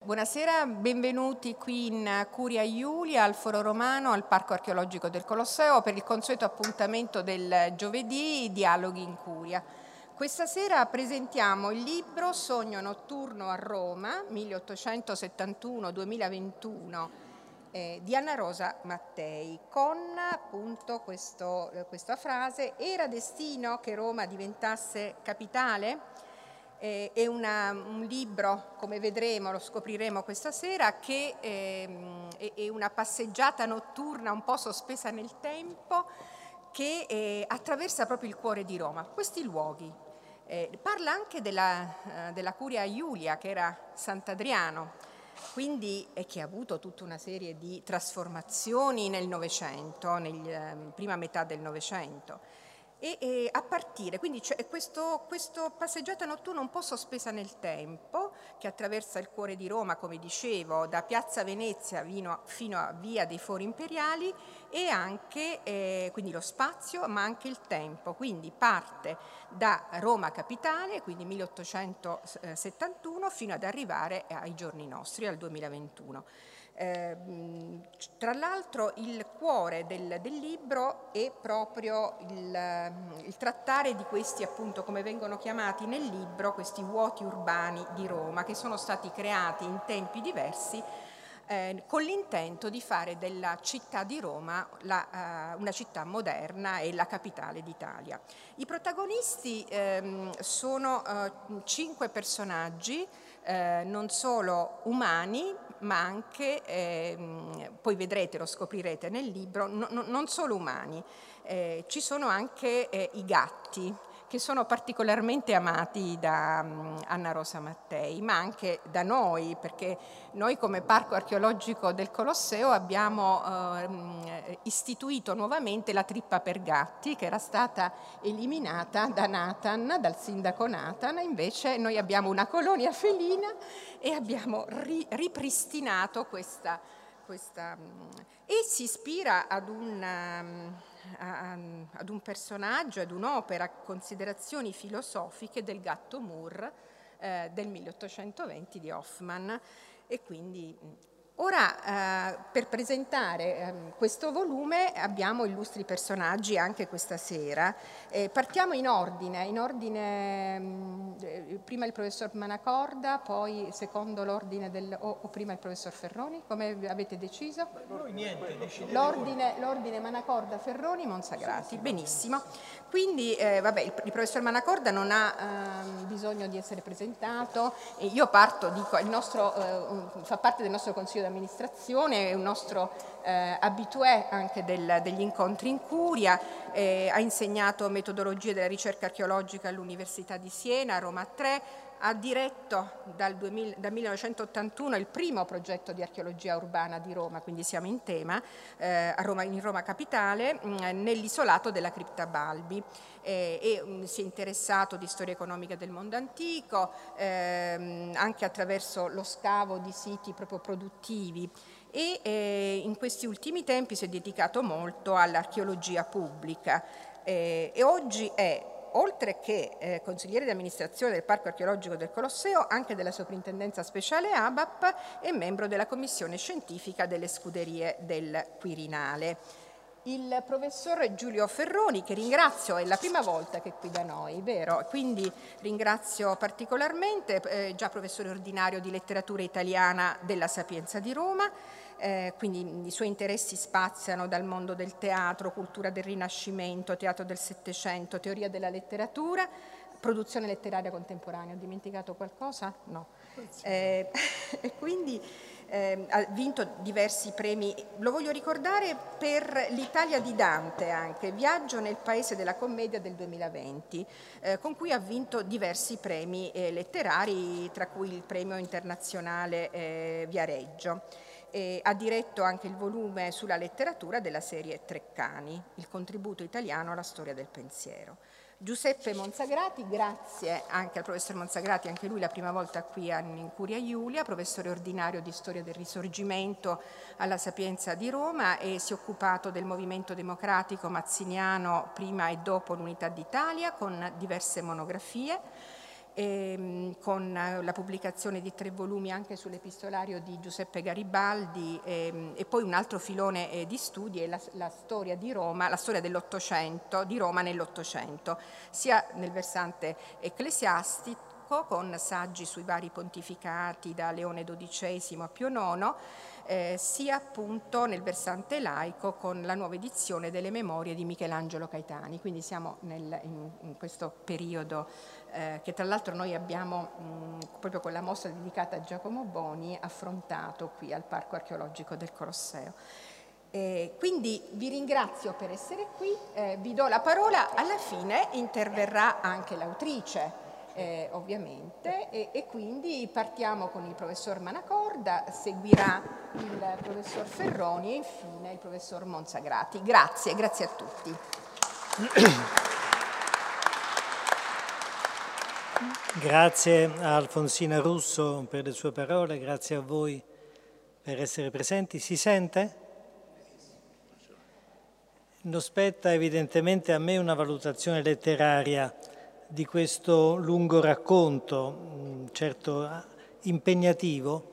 Buonasera, benvenuti qui in Curia Iulia, al Foro Romano, al Parco Archeologico del Colosseo per il consueto appuntamento del giovedì, Dialoghi in Curia. Questa sera presentiamo il libro Sogno notturno a Roma, 1871-2021, di Anna Rosa Mattei, con appunto questa frase: era destino che Roma diventasse capitale? È un libro, come vedremo, lo scopriremo questa sera, che è una passeggiata notturna un po' sospesa nel tempo che attraversa proprio il cuore di Roma, questi luoghi. Parla anche della Curia Iulia, che era Sant'Adriano, quindi, che ha avuto tutta una serie di trasformazioni nel Novecento, nella prima metà del Novecento. E a partire, quindi c'è questo passeggiata notturna un po' sospesa nel tempo, che attraversa il cuore di Roma, come dicevo, da Piazza Venezia fino a Via dei Fori Imperiali, e anche quindi lo spazio, ma anche il tempo. Quindi parte da Roma Capitale, quindi 1871, fino ad arrivare ai giorni nostri, al 2021. Tra l'altro il cuore del libro è proprio il trattare di questi, appunto, come vengono chiamati nel libro, questi vuoti urbani di Roma, che sono stati creati in tempi diversi con l'intento di fare della città di Roma una città moderna e la capitale d'Italia. I protagonisti sono 5 personaggi, non solo umani, ma anche, poi vedrete, lo scoprirete nel libro, non solo umani. Ci sono anche i gatti, che sono particolarmente amati da Anna Rosa Mattei, ma anche da noi, perché noi come Parco Archeologico del Colosseo abbiamo istituito nuovamente la trippa per gatti, che era stata eliminata dal sindaco Nathan. Invece noi abbiamo una colonia felina e abbiamo ripristinato questa e si ispira ad un personaggio, ad un'opera, considerazioni filosofiche del gatto Moore del 1820 di Hoffmann. E quindi ora, per presentare questo volume, abbiamo illustri personaggi anche questa sera. Partiamo in ordine, prima il professor Manacorda, poi secondo l'ordine o prima il professor Ferroni, come avete deciso? Noi niente, L'ordine Manacorda, Ferroni, Monsagrati. Benissimo. Quindi il professor Manacorda non ha bisogno di essere presentato. Io dico, fa parte del nostro consiglio d'amministrazione, è un nostro habitué anche degli incontri in Curia, ha insegnato metodologie della ricerca archeologica all'Università di Siena, a Roma 3, ha diretto dal 1981 il primo progetto di archeologia urbana di Roma, quindi siamo in tema, in Roma Capitale, nell'isolato della Cripta Balbi. Si è interessato di storia economica del mondo antico, anche attraverso lo scavo di siti proprio produttivi, e in questi ultimi tempi si è dedicato molto all'archeologia pubblica, e oggi è, oltre che consigliere di amministrazione del Parco Archeologico del Colosseo, anche della Soprintendenza Speciale ABAP, e membro della Commissione Scientifica delle Scuderie del Quirinale. Il professor Giulio Ferroni, che ringrazio, è la prima volta che è qui da noi, vero? Quindi ringrazio particolarmente, già professore ordinario di letteratura italiana della Sapienza di Roma, quindi i suoi interessi spaziano dal mondo del teatro, cultura del Rinascimento, teatro del Settecento, teoria della letteratura, produzione letteraria contemporanea. Ho dimenticato qualcosa? No. E quindi ha vinto diversi premi, lo voglio ricordare, per l'Italia di Dante anche, Viaggio nel Paese della Commedia del 2020, con cui ha vinto diversi premi letterari, tra cui il premio internazionale Viareggio. Ha diretto anche il volume sulla letteratura della serie Treccani, il contributo italiano alla storia del pensiero. Giuseppe Monsagrati, grazie anche al professor Monsagrati, anche lui la prima volta qui in Curia Iulia, professore ordinario di storia del Risorgimento alla Sapienza di Roma, e si è occupato del movimento democratico mazziniano prima e dopo l'Unità d'Italia con diverse monografie. con la pubblicazione di 3 volumi anche sull'epistolario di Giuseppe Garibaldi, e poi un altro filone di studi è la storia di Roma, la storia dell'Ottocento, di Roma nell'Ottocento, sia nel versante ecclesiastico con saggi sui vari pontificati da Leone XII a Pio IX, sia appunto nel versante laico con la nuova edizione delle memorie di Michelangelo Caetani. Quindi siamo in questo periodo che tra l'altro noi abbiamo proprio con la mostra dedicata a Giacomo Boni affrontato qui al Parco Archeologico del Colosseo. Quindi vi ringrazio per essere qui, vi do la parola, alla fine interverrà anche l'autrice. Ovviamente, e quindi partiamo con il professor Manacorda, seguirà il professor Ferroni e infine il professor Monsagrati. Grazie a tutti. Grazie a Alfonsina Russo per le sue parole, grazie a voi per essere presenti. Si sente? Non spetta evidentemente a me una valutazione letteraria di questo lungo racconto, certo impegnativo,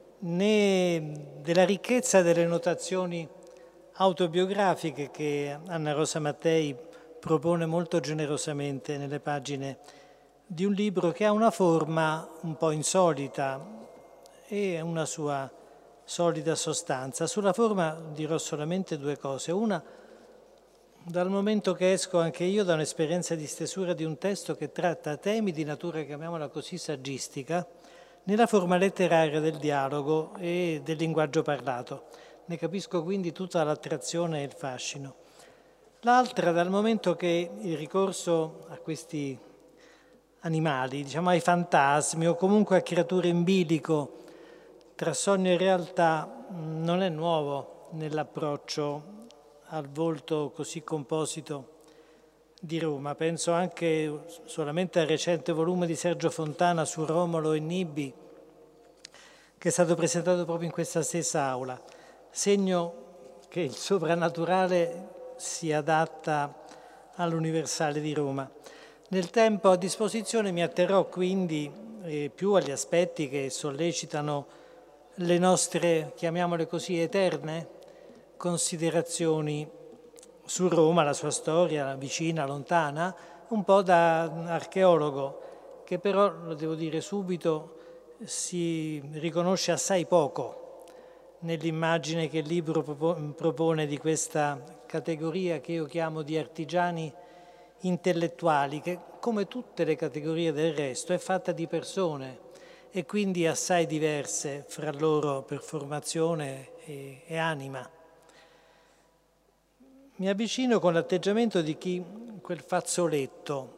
né della ricchezza delle notazioni autobiografiche che Anna Rosa Mattei propone molto generosamente nelle pagine di un libro che ha una forma un po' insolita e una sua solida sostanza. Sulla forma dirò solamente 2 cose. Una, dal momento che esco anche io da un'esperienza di stesura di un testo che tratta temi di natura, chiamiamola così, saggistica, nella forma letteraria del dialogo e del linguaggio parlato. Ne capisco quindi tutta l'attrazione e il fascino. L'altra, dal momento che il ricorso a questi animali, diciamo ai fantasmi o comunque a creature in bilico tra sogno e realtà, non è nuovo nell'approccio al volto così composito di Roma. Penso anche solamente al recente volume di Sergio Fontana su Romolo e Nibbi, che è stato presentato proprio in questa stessa aula, segno che il sovrannaturale si adatta all'universale di Roma. Nel tempo a disposizione mi atterrò quindi più agli aspetti che sollecitano le nostre, chiamiamole così, eterne considerazioni su Roma, la sua storia, vicina, lontana, un po' da archeologo, che però, lo devo dire subito, si riconosce assai poco nell'immagine che il libro propone di questa categoria che io chiamo di artigiani intellettuali, che come tutte le categorie del resto è fatta di persone e quindi assai diverse fra loro per formazione e anima. Mi avvicino con l'atteggiamento di chi quel fazzoletto,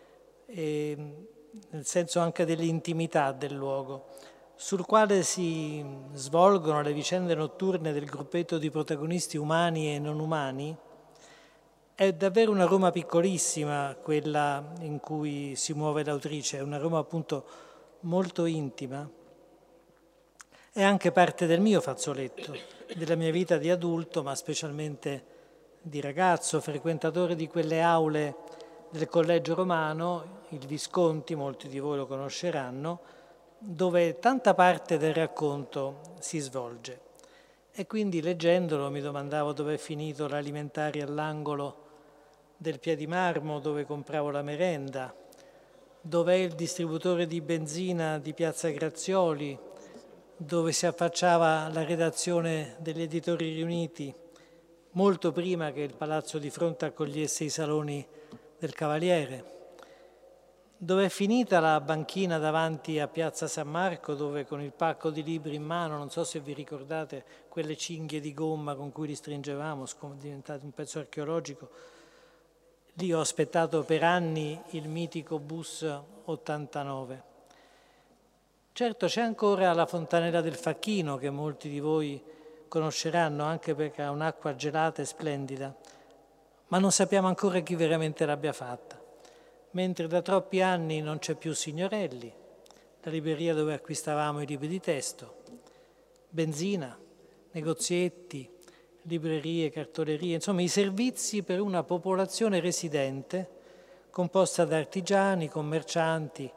nel senso anche dell'intimità del luogo, sul quale si svolgono le vicende notturne del gruppetto di protagonisti umani e non umani, è davvero una Roma piccolissima quella in cui si muove l'autrice, è una Roma appunto molto intima. È anche parte del mio fazzoletto, della mia vita di adulto, ma specialmente di ragazzo, frequentatore di quelle aule del Collegio Romano, il Visconti, molti di voi lo conosceranno, dove tanta parte del racconto si svolge. E quindi leggendolo mi domandavo dove è finito l'alimentare all'angolo del Piedimarmo, dove compravo la merenda, dov'è il distributore di benzina di Piazza Grazioli, dove si affacciava la redazione degli Editori Riuniti, molto prima che il palazzo di fronte accogliesse i saloni del Cavaliere. Dove è finita la banchina davanti a Piazza San Marco, dove con il pacco di libri in mano, non so se vi ricordate quelle cinghie di gomma con cui li stringevamo, diventato un pezzo archeologico. Lì ho aspettato per anni il mitico bus 89. Certo c'è ancora la fontanella del Facchino, che molti di voi conosceranno anche perché ha un'acqua gelata e splendida, ma non sappiamo ancora chi veramente l'abbia fatta. Mentre da troppi anni non c'è più Signorelli, la libreria dove acquistavamo i libri di testo, benzina, negozietti, librerie, cartolerie, insomma i servizi per una popolazione residente composta da artigiani, commercianti,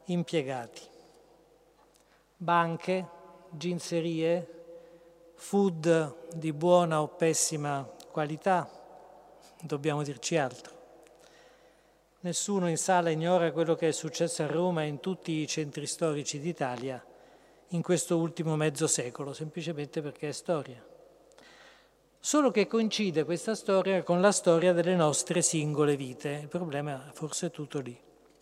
impiegati. Banche, ginserie, food di buona o pessima qualità, dobbiamo dirci altro. Nessuno in sala ignora quello che è successo a Roma e in tutti i centri storici d'Italia in questo ultimo mezzo secolo, semplicemente perché è storia. Solo che coincide questa storia con la storia delle nostre singole vite. Il problema forse è tutto lì.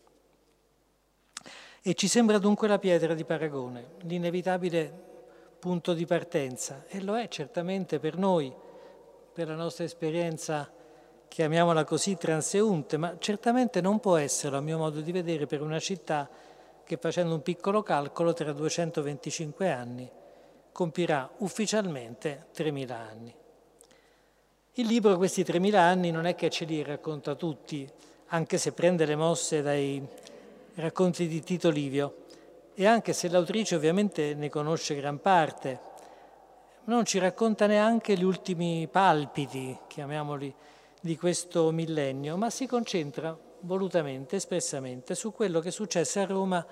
E ci sembra dunque la pietra di paragone, l'inevitabile punto di partenza, e lo è certamente per noi, per la nostra esperienza, chiamiamola così, transeunte, ma certamente non può esserlo, a mio modo di vedere, per una città che, facendo un piccolo calcolo, tra 225 anni compirà ufficialmente 3.000 anni. Il libro questi 3.000 anni non è che ce li racconta tutti, anche se prende le mosse dai racconti di Tito Livio, e anche se l'autrice ovviamente ne conosce gran parte, non ci racconta neanche gli ultimi palpiti, chiamiamoli, di questo millennio, ma si concentra volutamente, espressamente, su quello che successe a Roma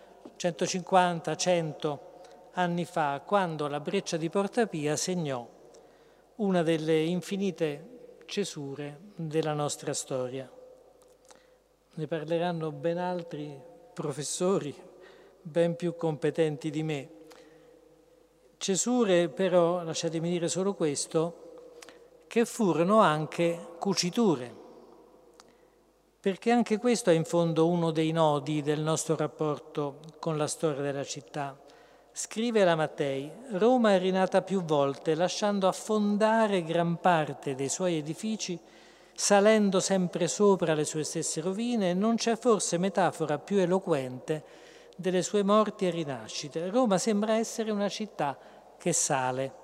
150-100 anni fa, quando la breccia di Porta Pia segnò una delle infinite cesure della nostra storia. Ne parleranno ben altri professori, ben più competenti di me. Cesure, però, lasciatemi dire solo questo, che furono anche cuciture, perché anche questo è in fondo uno dei nodi del nostro rapporto con la storia della città. Scrive la Mattei: Roma è rinata più volte, lasciando affondare gran parte dei suoi edifici, salendo sempre sopra le sue stesse rovine, e non c'è forse metafora più eloquente delle sue morti e rinascite. Roma sembra essere una città che sale.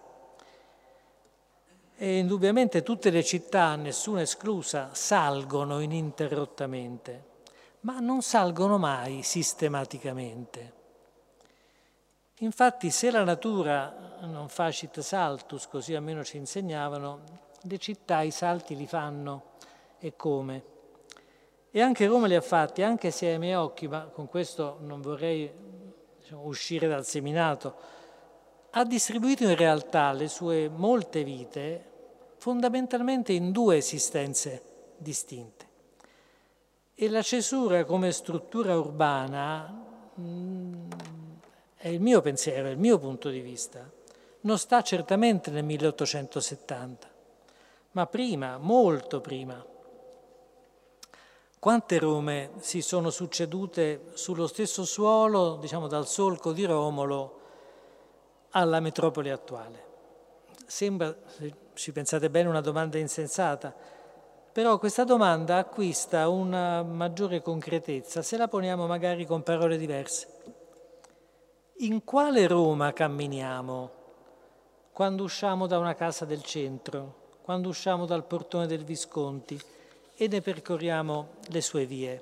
E indubbiamente tutte le città, nessuna esclusa, salgono ininterrottamente, ma non salgono mai sistematicamente. Infatti, se la natura non facit saltus, così almeno ci insegnavano, le città i salti li fanno, e come? E anche Roma li ha fatti, anche se ai miei occhi, ma con questo non vorrei uscire dal seminato, ha distribuito in realtà le sue molte vite fondamentalmente in due esistenze distinte. E la cesura come struttura urbana, è il mio pensiero, è il mio punto di vista, non sta certamente nel 1870, ma prima, molto prima. Quante Rome si sono succedute sullo stesso suolo, diciamo dal solco di Romolo alla metropoli attuale? Sembra, se ci pensate bene, una domanda insensata, però questa domanda acquista una maggiore concretezza se la poniamo magari con parole diverse. In quale Roma camminiamo quando usciamo da una casa del centro, quando usciamo dal portone del Visconti e ne percorriamo le sue vie?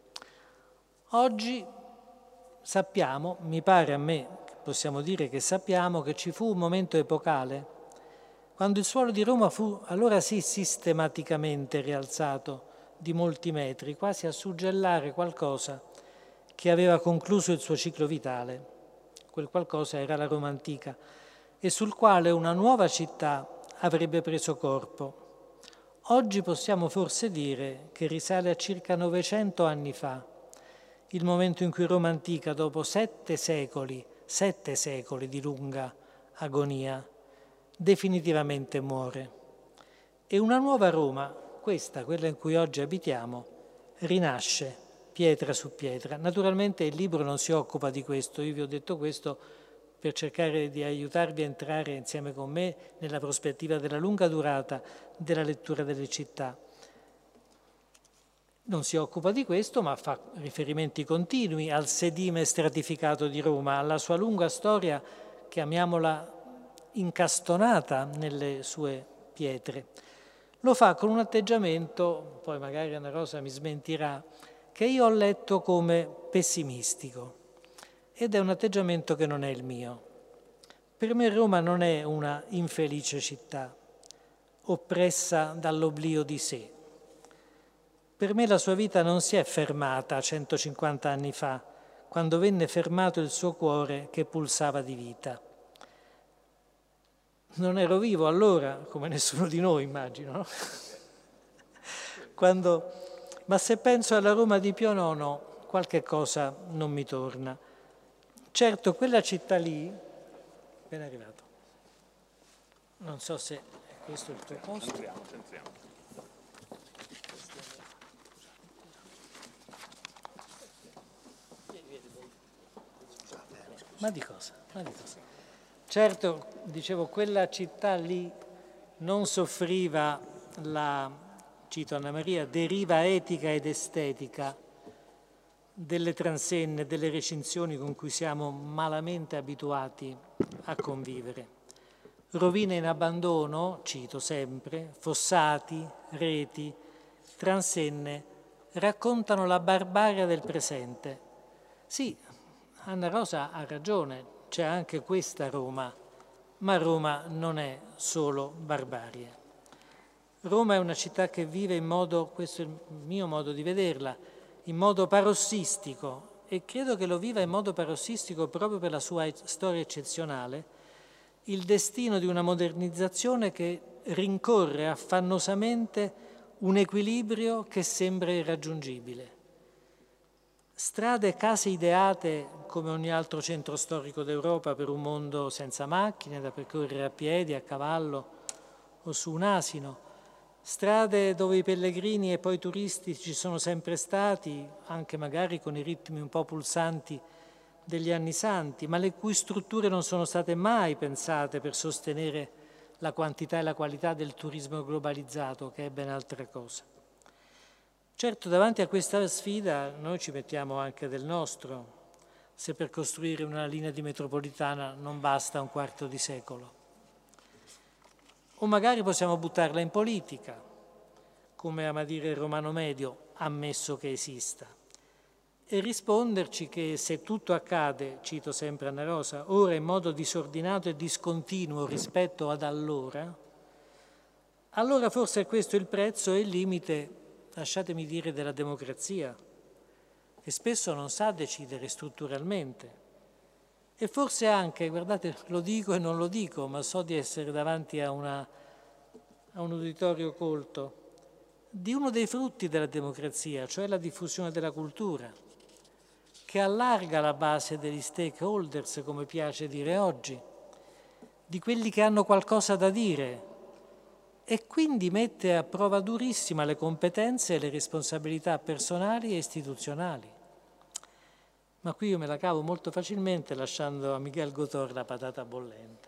Oggi sappiamo, mi pare a me, possiamo dire che sappiamo, che ci fu un momento epocale quando il suolo di Roma fu allora sì sistematicamente rialzato di molti metri, quasi a suggellare qualcosa che aveva concluso il suo ciclo vitale. Quel qualcosa era la Roma antica, e sul quale una nuova città avrebbe preso corpo. Oggi possiamo forse dire che risale a circa 900 anni fa, il momento in cui Roma antica, dopo 7 secoli di lunga agonia, definitivamente muore. E una nuova Roma, questa, quella in cui oggi abitiamo, rinasce pietra su pietra. Naturalmente il libro non si occupa di questo, io vi ho detto questo per cercare di aiutarvi a entrare insieme con me nella prospettiva della lunga durata della lettura delle città. Non si occupa di questo, ma fa riferimenti continui al sedime stratificato di Roma, alla sua lunga storia, chiamiamola incastonata nelle sue pietre. Lo fa con un atteggiamento, poi magari Anna Rosa mi smentirà, che io ho letto come pessimistico, ed è un atteggiamento che non è il mio. Per me Roma non è una infelice città, oppressa dall'oblio di sé. Per me la sua vita non si è fermata 150 anni fa, quando venne fermato il suo cuore che pulsava di vita. Non ero vivo allora, come nessuno di noi immagino, no? Ma se penso alla Roma di Pio IX, qualche cosa non mi torna. Certo, quella città lì, ben arrivato, non so se è questo il tuo posto. Entriamo. Ma di cosa? Certo, dicevo, quella città lì non soffriva cito Anna Maria, deriva etica ed estetica delle transenne, delle recinzioni con cui siamo malamente abituati a convivere. Rovine in abbandono, cito sempre, fossati, reti, transenne, raccontano la barbarie del presente. Sì, Anna Rosa ha ragione, c'è anche questa Roma, ma Roma non è solo barbarie. Roma è una città che vive in modo, questo è il mio modo di vederla, in modo parossistico, e credo che lo viva in modo parossistico proprio per la sua storia eccezionale, il destino di una modernizzazione che rincorre affannosamente un equilibrio che sembra irraggiungibile. Strade e case ideate come ogni altro centro storico d'Europa per un mondo senza macchine da percorrere a piedi, a cavallo o su un asino. Strade dove i pellegrini e poi i turisti ci sono sempre stati, anche magari con i ritmi un po' pulsanti degli anni santi, ma le cui strutture non sono state mai pensate per sostenere la quantità e la qualità del turismo globalizzato, che è ben altra cosa. Certo, davanti a questa sfida noi ci mettiamo anche del nostro, se per costruire una linea di metropolitana non basta un quarto di secolo. O magari possiamo buttarla in politica, come ama dire il Romano Medio, ammesso che esista, e risponderci che se tutto accade, cito sempre Anna Rosa, ora in modo disordinato e discontinuo rispetto ad allora forse è questo il prezzo e il limite, lasciatemi dire, della democrazia, che spesso non sa decidere strutturalmente. E forse anche, guardate, lo dico e non lo dico, ma so di essere davanti a un uditorio colto, di uno dei frutti della democrazia, cioè la diffusione della cultura, che allarga la base degli stakeholders, come piace dire oggi, di quelli che hanno qualcosa da dire, e quindi mette a prova durissima le competenze e le responsabilità personali e istituzionali. Ma qui io me la cavo molto facilmente lasciando a Miguel Gotor la patata bollente.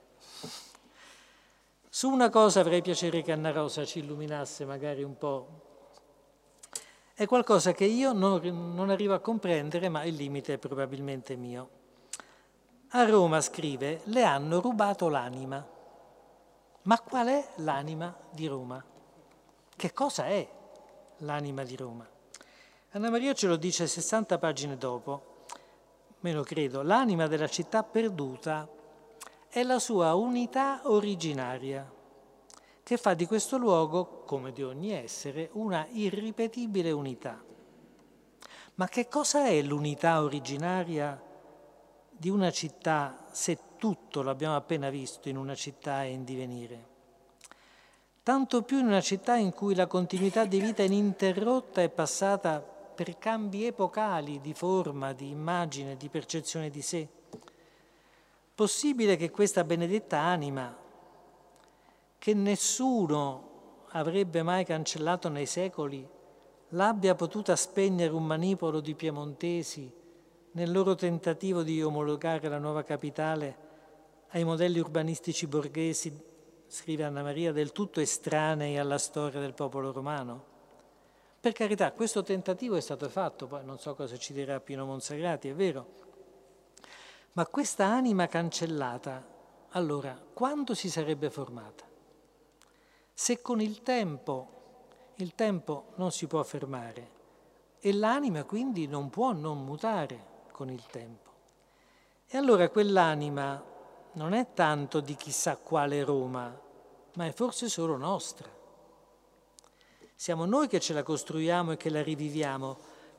Su una cosa avrei piacere che Anna Rosa ci illuminasse magari un po'. È qualcosa che io non arrivo a comprendere, ma il limite è probabilmente mio. A Roma, scrive, le hanno rubato l'anima. Ma qual è l'anima di Roma? Che cosa è l'anima di Roma? Anna Maria ce lo dice 60 pagine dopo. Me lo credo, l'anima della città perduta è la sua unità originaria, che fa di questo luogo, come di ogni essere, una irripetibile unità. Ma che cosa è l'unità originaria di una città se tutto, l'abbiamo appena visto, in una città è in divenire? Tanto più in una città in cui la continuità di vita ininterrotta è passata per cambi epocali di forma, di immagine, di percezione di sé. Possibile che questa benedetta anima, che nessuno avrebbe mai cancellato nei secoli, l'abbia potuta spegnere un manipolo di piemontesi nel loro tentativo di omologare la nuova capitale ai modelli urbanistici borghesi, scrive Anna Maria, del tutto estranei alla storia del popolo romano? Per carità, questo tentativo è stato fatto, poi non so cosa ci dirà Pino Monsagrati, è vero, ma questa anima cancellata, allora, quando si sarebbe formata? Se con il tempo non si può fermare e l'anima quindi non può non mutare con il tempo. E allora quell'anima non è tanto di chissà quale Roma, ma è forse solo nostra. Siamo noi che ce la costruiamo e che la riviviamo,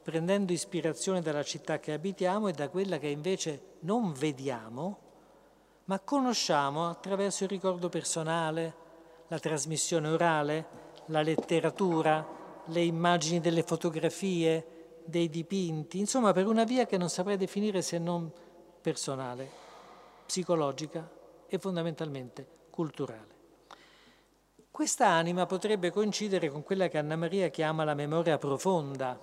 prendendo ispirazione dalla città che abitiamo e da quella che invece non vediamo, ma conosciamo attraverso il ricordo personale, la trasmissione orale, la letteratura, le immagini delle fotografie, dei dipinti, insomma per una via che non saprei definire se non personale, psicologica e fondamentalmente culturale. Questa anima potrebbe coincidere con quella che Anna Maria chiama la memoria profonda,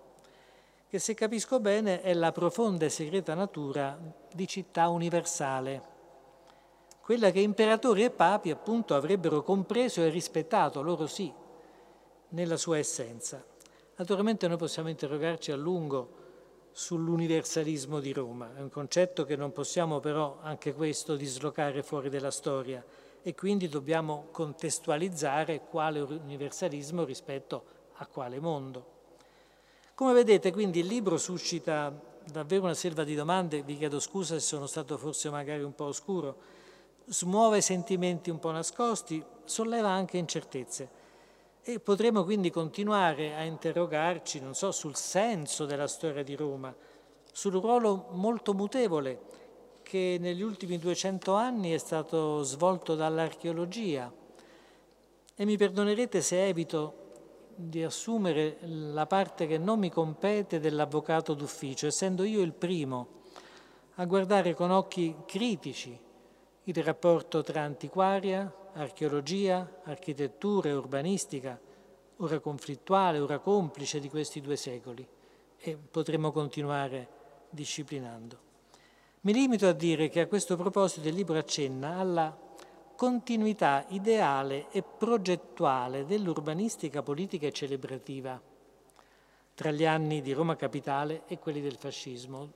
che se capisco bene è la profonda e segreta natura di città universale, quella che imperatori e papi appunto avrebbero compreso e rispettato, loro sì, nella sua essenza. Naturalmente noi possiamo interrogarci a lungo sull'universalismo di Roma, è un concetto che non possiamo però anche questo dislocare fuori dalla storia e quindi dobbiamo contestualizzare quale universalismo rispetto a quale mondo. Come vedete quindi il libro suscita davvero una selva di domande, vi chiedo scusa se sono stato forse magari un po' oscuro, smuove sentimenti un po' nascosti, solleva anche incertezze. E potremo quindi continuare a interrogarci, non so, sul senso della storia di Roma, sul ruolo molto mutevole che negli ultimi 200 anni è stato svolto dall'archeologia. E mi perdonerete se evito di assumere la parte che non mi compete dell'avvocato d'ufficio, essendo io il primo a guardare con occhi critici il rapporto tra antiquaria, archeologia, architettura e urbanistica, ora conflittuale, ora complice di questi 2 secoli, e potremo continuare disciplinando. Mi limito a dire che a questo proposito il libro accenna alla continuità ideale e progettuale dell'urbanistica politica e celebrativa tra gli anni di Roma Capitale e quelli del fascismo,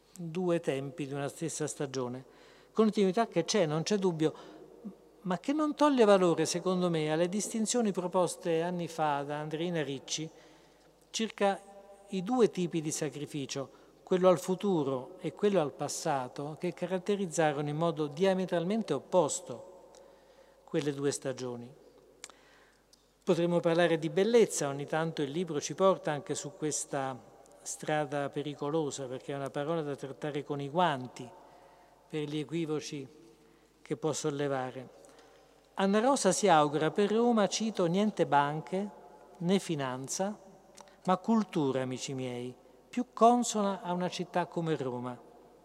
2 tempi di una stessa stagione. Continuità che c'è, non c'è dubbio, ma che non toglie valore, secondo me, alle distinzioni proposte anni fa da Andreina Ricci circa i 2 tipi di sacrificio, quello al futuro e quello al passato, che caratterizzarono in modo diametralmente opposto quelle 2 stagioni. Potremmo parlare di bellezza, ogni tanto il libro ci porta anche su questa strada pericolosa, perché è una parola da trattare con i guanti per gli equivoci che può sollevare. Anna Rosa si augura per Roma, cito, niente banche né finanza, ma cultura, amici miei, più consona a una città come Roma.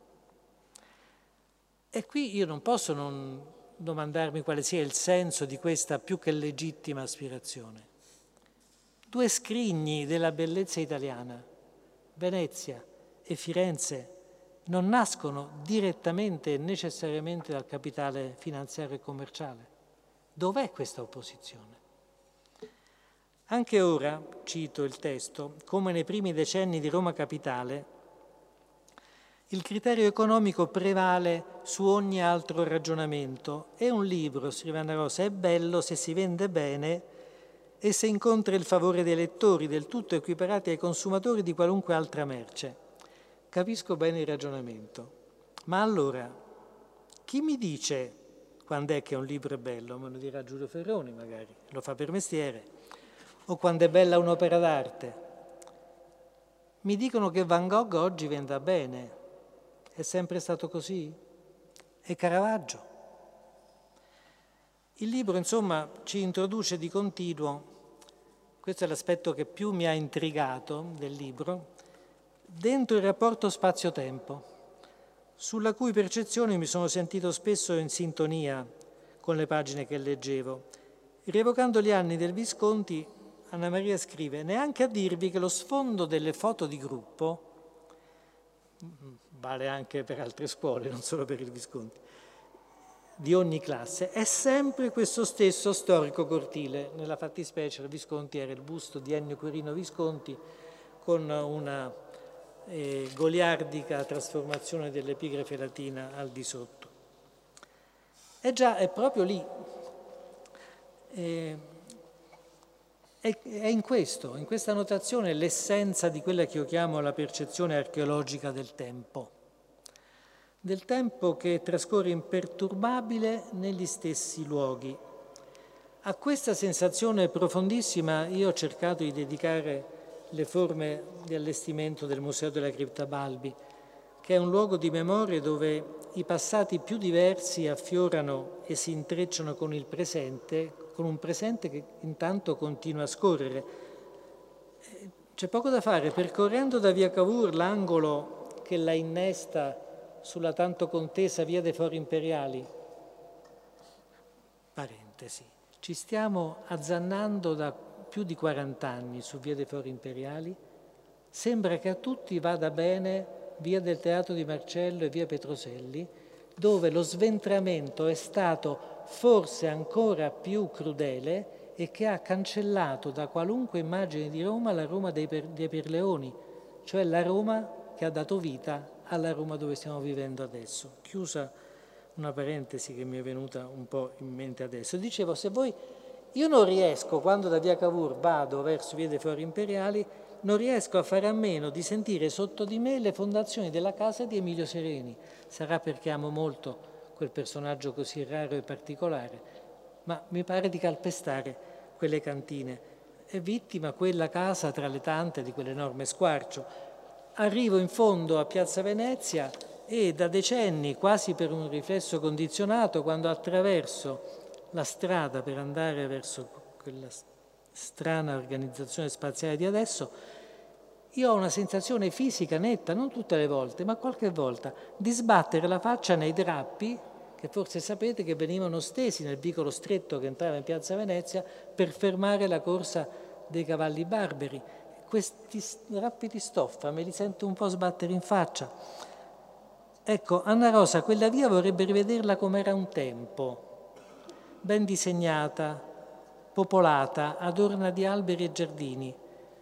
E qui io non posso non domandarmi quale sia il senso di questa più che legittima aspirazione. 2 scrigni della bellezza italiana, Venezia e Firenze, non nascono direttamente e necessariamente dal capitale finanziario e commerciale. Dov'è questa opposizione? Anche ora, cito il testo, come nei primi decenni di Roma Capitale, il criterio economico prevale su ogni altro ragionamento. E un libro, scrive Anna Rosa, è bello se si vende bene e se incontra il favore dei lettori, del tutto equiparati ai consumatori di qualunque altra merce. Capisco bene il ragionamento, ma allora chi mi dice quando è che un libro è bello? Me lo dirà Giulio Ferroni magari, lo fa per mestiere, o quando è bella un'opera d'arte. Mi dicono che Van Gogh oggi venda bene, è sempre stato così? E Caravaggio? Il libro, insomma, ci introduce di continuo, questo è l'aspetto che più mi ha intrigato del libro, dentro il rapporto spazio-tempo, sulla cui percezione mi sono sentito spesso in sintonia con le pagine che leggevo. Rievocando gli anni del Visconti, Anna Maria scrive: neanche a dirvi che lo sfondo delle foto di gruppo, vale anche per altre scuole, non solo per il Visconti, di ogni classe, è sempre questo stesso storico cortile. Nella fattispecie il Visconti era il busto di Ennio Quirino Visconti con una goliardica trasformazione dell'epigrafe latina al di sotto. E già, è proprio lì, è in questa notazione l'essenza di quella che io chiamo la percezione archeologica del tempo che trascorre imperturbabile negli stessi luoghi. A questa sensazione profondissima io ho cercato di dedicare le forme di allestimento del Museo della Cripta Balbi, che è un luogo di memoria dove i passati più diversi affiorano e si intrecciano con il presente, con un presente che intanto continua a scorrere. C'è poco da fare, percorrendo da via Cavour l'angolo che la innesta sulla tanto contesa via dei Fori Imperiali, parentesi, ci stiamo azzannando da più di 40 anni su via dei Fori Imperiali, sembra che a tutti vada bene via del Teatro di Marcello e via Petroselli, dove lo sventramento è stato forse ancora più crudele e che ha cancellato da qualunque immagine di Roma la Roma dei Pierleoni, cioè la Roma che ha dato vita alla Roma dove stiamo vivendo adesso. Chiusa una parentesi che mi è venuta un po' in mente adesso. Dicevo, se voi... Io non riesco, quando da via Cavour vado verso via dei Fori Imperiali, non riesco a fare a meno di sentire sotto di me le fondazioni della casa di Emilio Sereni. Sarà perché amo molto quel personaggio così raro e particolare, ma mi pare di calpestare quelle cantine. È vittima quella casa tra le tante di quell'enorme squarcio. Arrivo in fondo a Piazza Venezia e da decenni, quasi per un riflesso condizionato, quando attraverso la strada per andare verso quella strana organizzazione spaziale di adesso, io ho una sensazione fisica netta, non tutte le volte, ma qualche volta, di sbattere la faccia nei drappi che forse sapete che venivano stesi nel vicolo stretto che entrava in Piazza Venezia per fermare la corsa dei cavalli barberi. Questi drappi di stoffa me li sento un po' sbattere in faccia. Ecco, Anna Rosa, quella via vorrebbe rivederla come era un tempo, ben disegnata, popolata, adorna di alberi e giardini.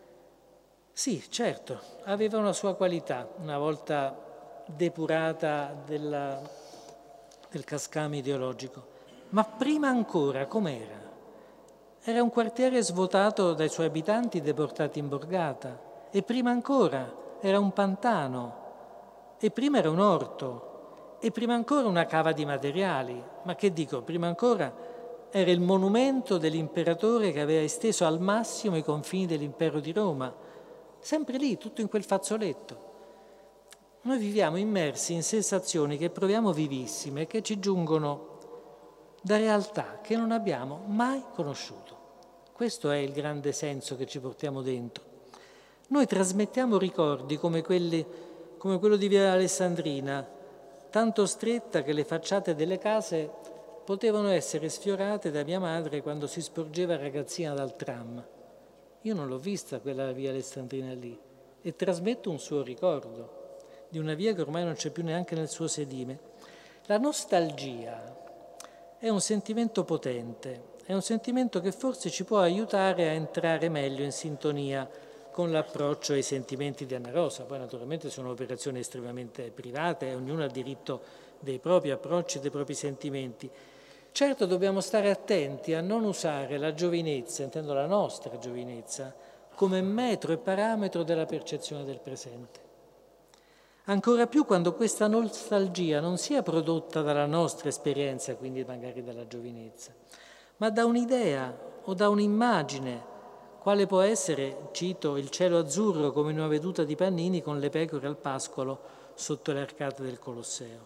Sì, certo, aveva una sua qualità, una volta depurata del cascame ideologico. Ma prima ancora, com'era? Era un quartiere svuotato dai suoi abitanti deportati in borgata. E prima ancora era un pantano. E prima era un orto. E prima ancora una cava di materiali. Ma che dico, prima ancora era il monumento dell'imperatore che aveva esteso al massimo i confini dell'impero di Roma. Sempre lì, tutto in quel fazzoletto. Noi viviamo immersi in sensazioni che proviamo vivissime, che ci giungono da realtà che non abbiamo mai conosciuto. Questo è il grande senso che ci portiamo dentro. Noi trasmettiamo ricordi come quello di via Alessandrina, tanto stretta che le facciate delle case potevano essere sfiorate da mia madre quando si sporgeva ragazzina dal tram. Io non l'ho vista quella via Alessandrina lì e trasmetto un suo ricordo di una via che ormai non c'è più neanche nel suo sedime. La nostalgia è un sentimento potente, è un sentimento che forse ci può aiutare a entrare meglio in sintonia con l'approccio ai sentimenti di Anna Rosa. Poi naturalmente sono operazioni estremamente private e ognuno ha diritto dei propri approcci e dei propri sentimenti. Certo dobbiamo stare attenti a non usare la giovinezza, intendo la nostra giovinezza, come metro e parametro della percezione del presente. Ancora più quando questa nostalgia non sia prodotta dalla nostra esperienza, quindi magari dalla giovinezza, ma da un'idea o da un'immagine, quale può essere, cito, il cielo azzurro come in una veduta di Pannini con le pecore al pascolo sotto le arcate del Colosseo.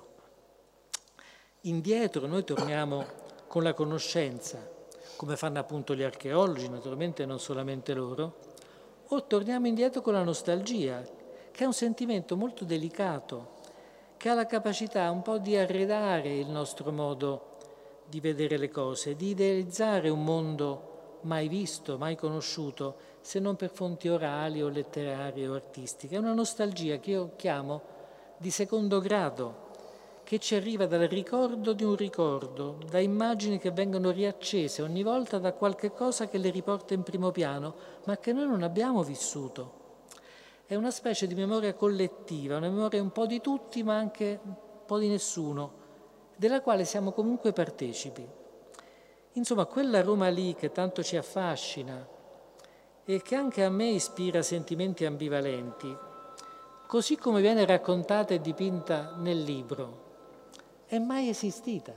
Indietro noi torniamo con la conoscenza, come fanno appunto gli archeologi, naturalmente non solamente loro, o torniamo indietro con la nostalgia, che è un sentimento molto delicato, che ha la capacità un po' di arredare il nostro modo di vedere le cose, di idealizzare un mondo mai visto, mai conosciuto, se non per fonti orali o letterarie o artistiche. È una nostalgia che io chiamo di secondo grado, che ci arriva dal ricordo di un ricordo, da immagini che vengono riaccese ogni volta da qualche cosa che le riporta in primo piano, ma che noi non abbiamo vissuto. È una specie di memoria collettiva, una memoria un po' di tutti, ma anche un po' di nessuno, della quale siamo comunque partecipi. Insomma, quella Roma lì che tanto ci affascina e che anche a me ispira sentimenti ambivalenti, così come viene raccontata e dipinta nel libro, è mai esistita?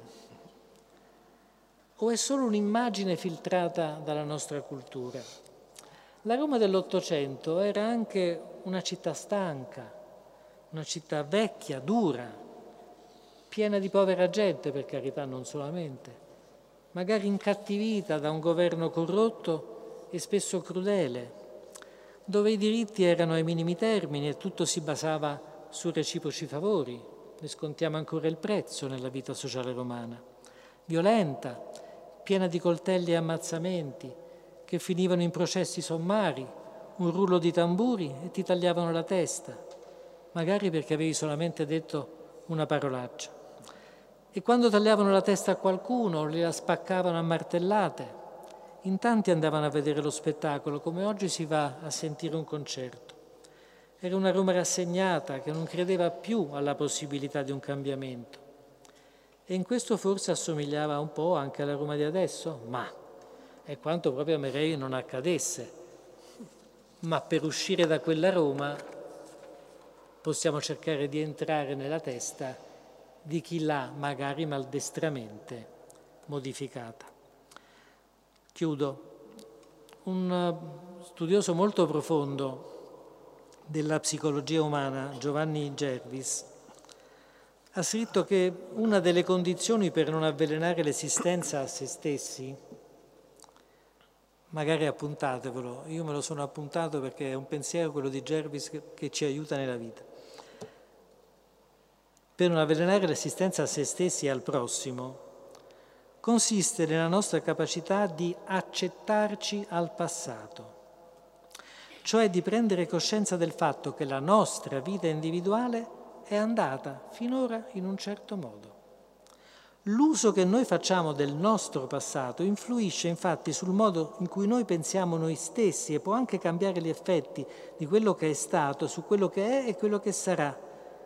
O è solo un'immagine filtrata dalla nostra cultura? La Roma dell'Ottocento era anche una città stanca, una città vecchia, dura, piena di povera gente, per carità, non solamente, magari incattivita da un governo corrotto e spesso crudele, dove i diritti erano ai minimi termini e tutto si basava su reciproci favori. Ne scontiamo ancora il prezzo nella vita sociale romana. Violenta, piena di coltelli e ammazzamenti, che finivano in processi sommari, un rullo di tamburi e ti tagliavano la testa, magari perché avevi solamente detto una parolaccia. E quando tagliavano la testa a qualcuno, gliela spaccavano a martellate. In tanti andavano a vedere lo spettacolo, come oggi si va a sentire un concerto. Era una Roma rassegnata, che non credeva più alla possibilità di un cambiamento. E in questo forse assomigliava un po' anche alla Roma di adesso, ma è quanto proprio amerei non accadesse. Ma per uscire da quella Roma possiamo cercare di entrare nella testa di chi l'ha magari maldestramente modificata. Chiudo. Un studioso molto profondo della psicologia umana, Giovanni Gervis, ha scritto che una delle condizioni per non avvelenare l'esistenza a se stessi, magari appuntatevelo, io me lo sono appuntato perché è un pensiero, quello di Gervis, che ci aiuta nella vita. Per non avvelenare l'esistenza a se stessi e al prossimo, consiste nella nostra capacità di accettarci al passato, cioè di prendere coscienza del fatto che la nostra vita individuale è andata finora in un certo modo. L'uso che noi facciamo del nostro passato influisce infatti sul modo in cui noi pensiamo noi stessi e può anche cambiare gli effetti di quello che è stato su quello che è e quello che sarà.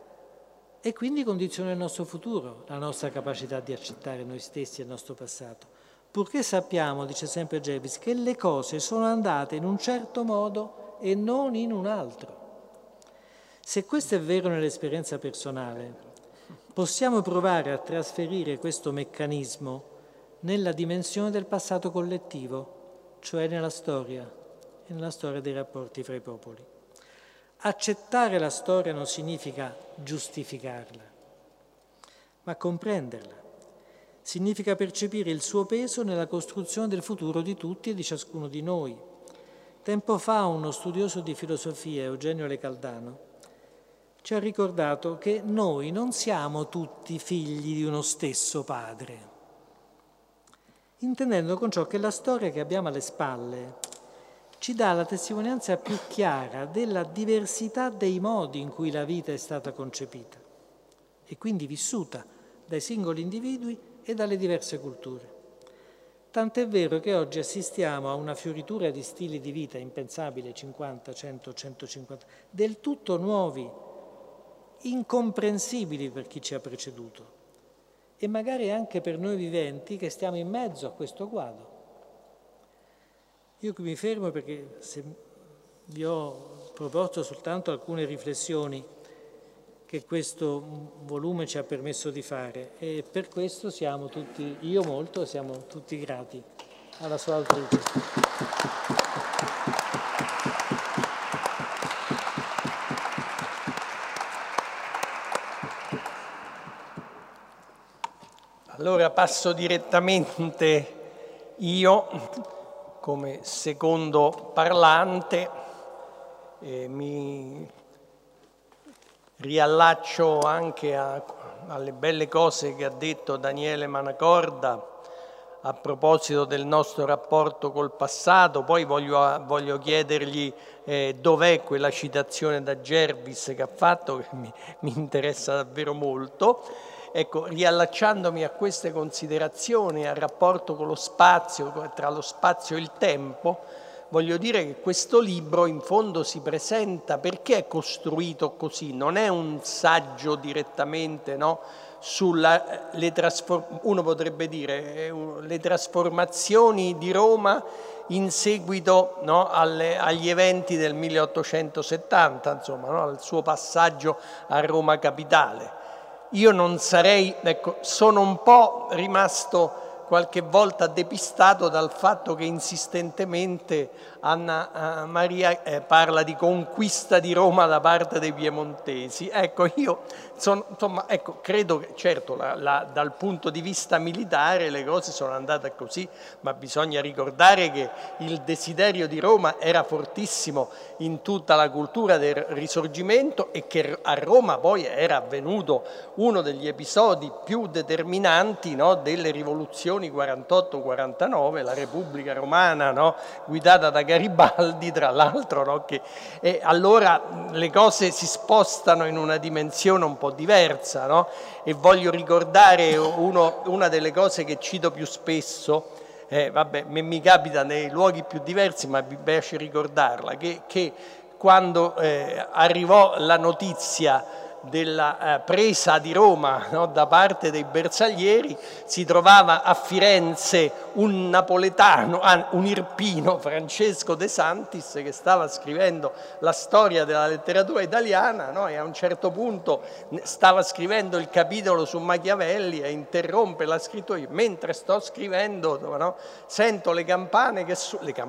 E quindi condiziona il nostro futuro, la nostra capacità di accettare noi stessi e il nostro passato. Purché sappiamo, dice sempre Gervis, che le cose sono andate in un certo modo e non in un altro. Se questo è vero nell'esperienza personale, possiamo provare a trasferire questo meccanismo nella dimensione del passato collettivo, cioè nella storia e nella storia dei rapporti fra i popoli. Accettare la storia non significa giustificarla, ma comprenderla. Significa percepire il suo peso nella costruzione del futuro di tutti e di ciascuno di noi. Tempo fa uno studioso di filosofia, Eugenio Le Caldano, ci ha ricordato che noi non siamo tutti figli di uno stesso padre, intendendo con ciò che la storia che abbiamo alle spalle ci dà la testimonianza più chiara della diversità dei modi in cui la vita è stata concepita e quindi vissuta dai singoli individui e dalle diverse culture. Tant'è vero che oggi assistiamo a una fioritura di stili di vita impensabile 50, 100, 150, del tutto nuovi, incomprensibili per chi ci ha preceduto e magari anche per noi viventi che stiamo in mezzo a questo guado. Io qui mi fermo perché vi ho proposto soltanto alcune riflessioni che questo volume ci ha permesso di fare e per questo siamo tutti grati alla sua autorità. Allora passo direttamente io come secondo parlante, mi riallaccio anche alle belle cose che ha detto Daniele Manacorda a proposito del nostro rapporto col passato. Poi voglio chiedergli dov'è quella citazione da Gervis che ha fatto, che mi interessa davvero molto. Ecco, riallacciandomi a queste considerazioni, al rapporto con lo spazio, tra lo spazio e il tempo, voglio dire che questo libro in fondo si presenta perché è costruito così, non è un saggio direttamente, no? Uno potrebbe dire le trasformazioni di Roma in seguito, no, agli eventi del 1870, insomma, no, al suo passaggio a Roma capitale. Io non sarei, ecco, sono un po' rimasto qualche volta depistato dal fatto che insistentemente Anna Maria parla di conquista di Roma da parte dei piemontesi. Ecco, io insomma, ecco, credo che certo dal punto di vista militare le cose sono andate così, ma bisogna ricordare che il desiderio di Roma era fortissimo in tutta la cultura del Risorgimento e che a Roma poi era avvenuto uno degli episodi più determinanti, no, delle rivoluzioni 48-49, la Repubblica Romana, no, guidata da Garibaldi, tra l'altro, no, e allora le cose si spostano in una dimensione un po' diversa, no? E voglio ricordare una delle cose che cito più spesso, vabbè, mi capita nei luoghi più diversi, ma mi piace ricordarla, che quando arrivò la notizia della presa di Roma, no, da parte dei bersaglieri, si trovava a Firenze un napoletano, un irpino, Francesco De Santis, che stava scrivendo la storia della letteratura italiana, no, e a un certo punto stava scrivendo il capitolo su Machiavelli e interrompe la scrittura. Mentre sto scrivendo, no, sento le campane che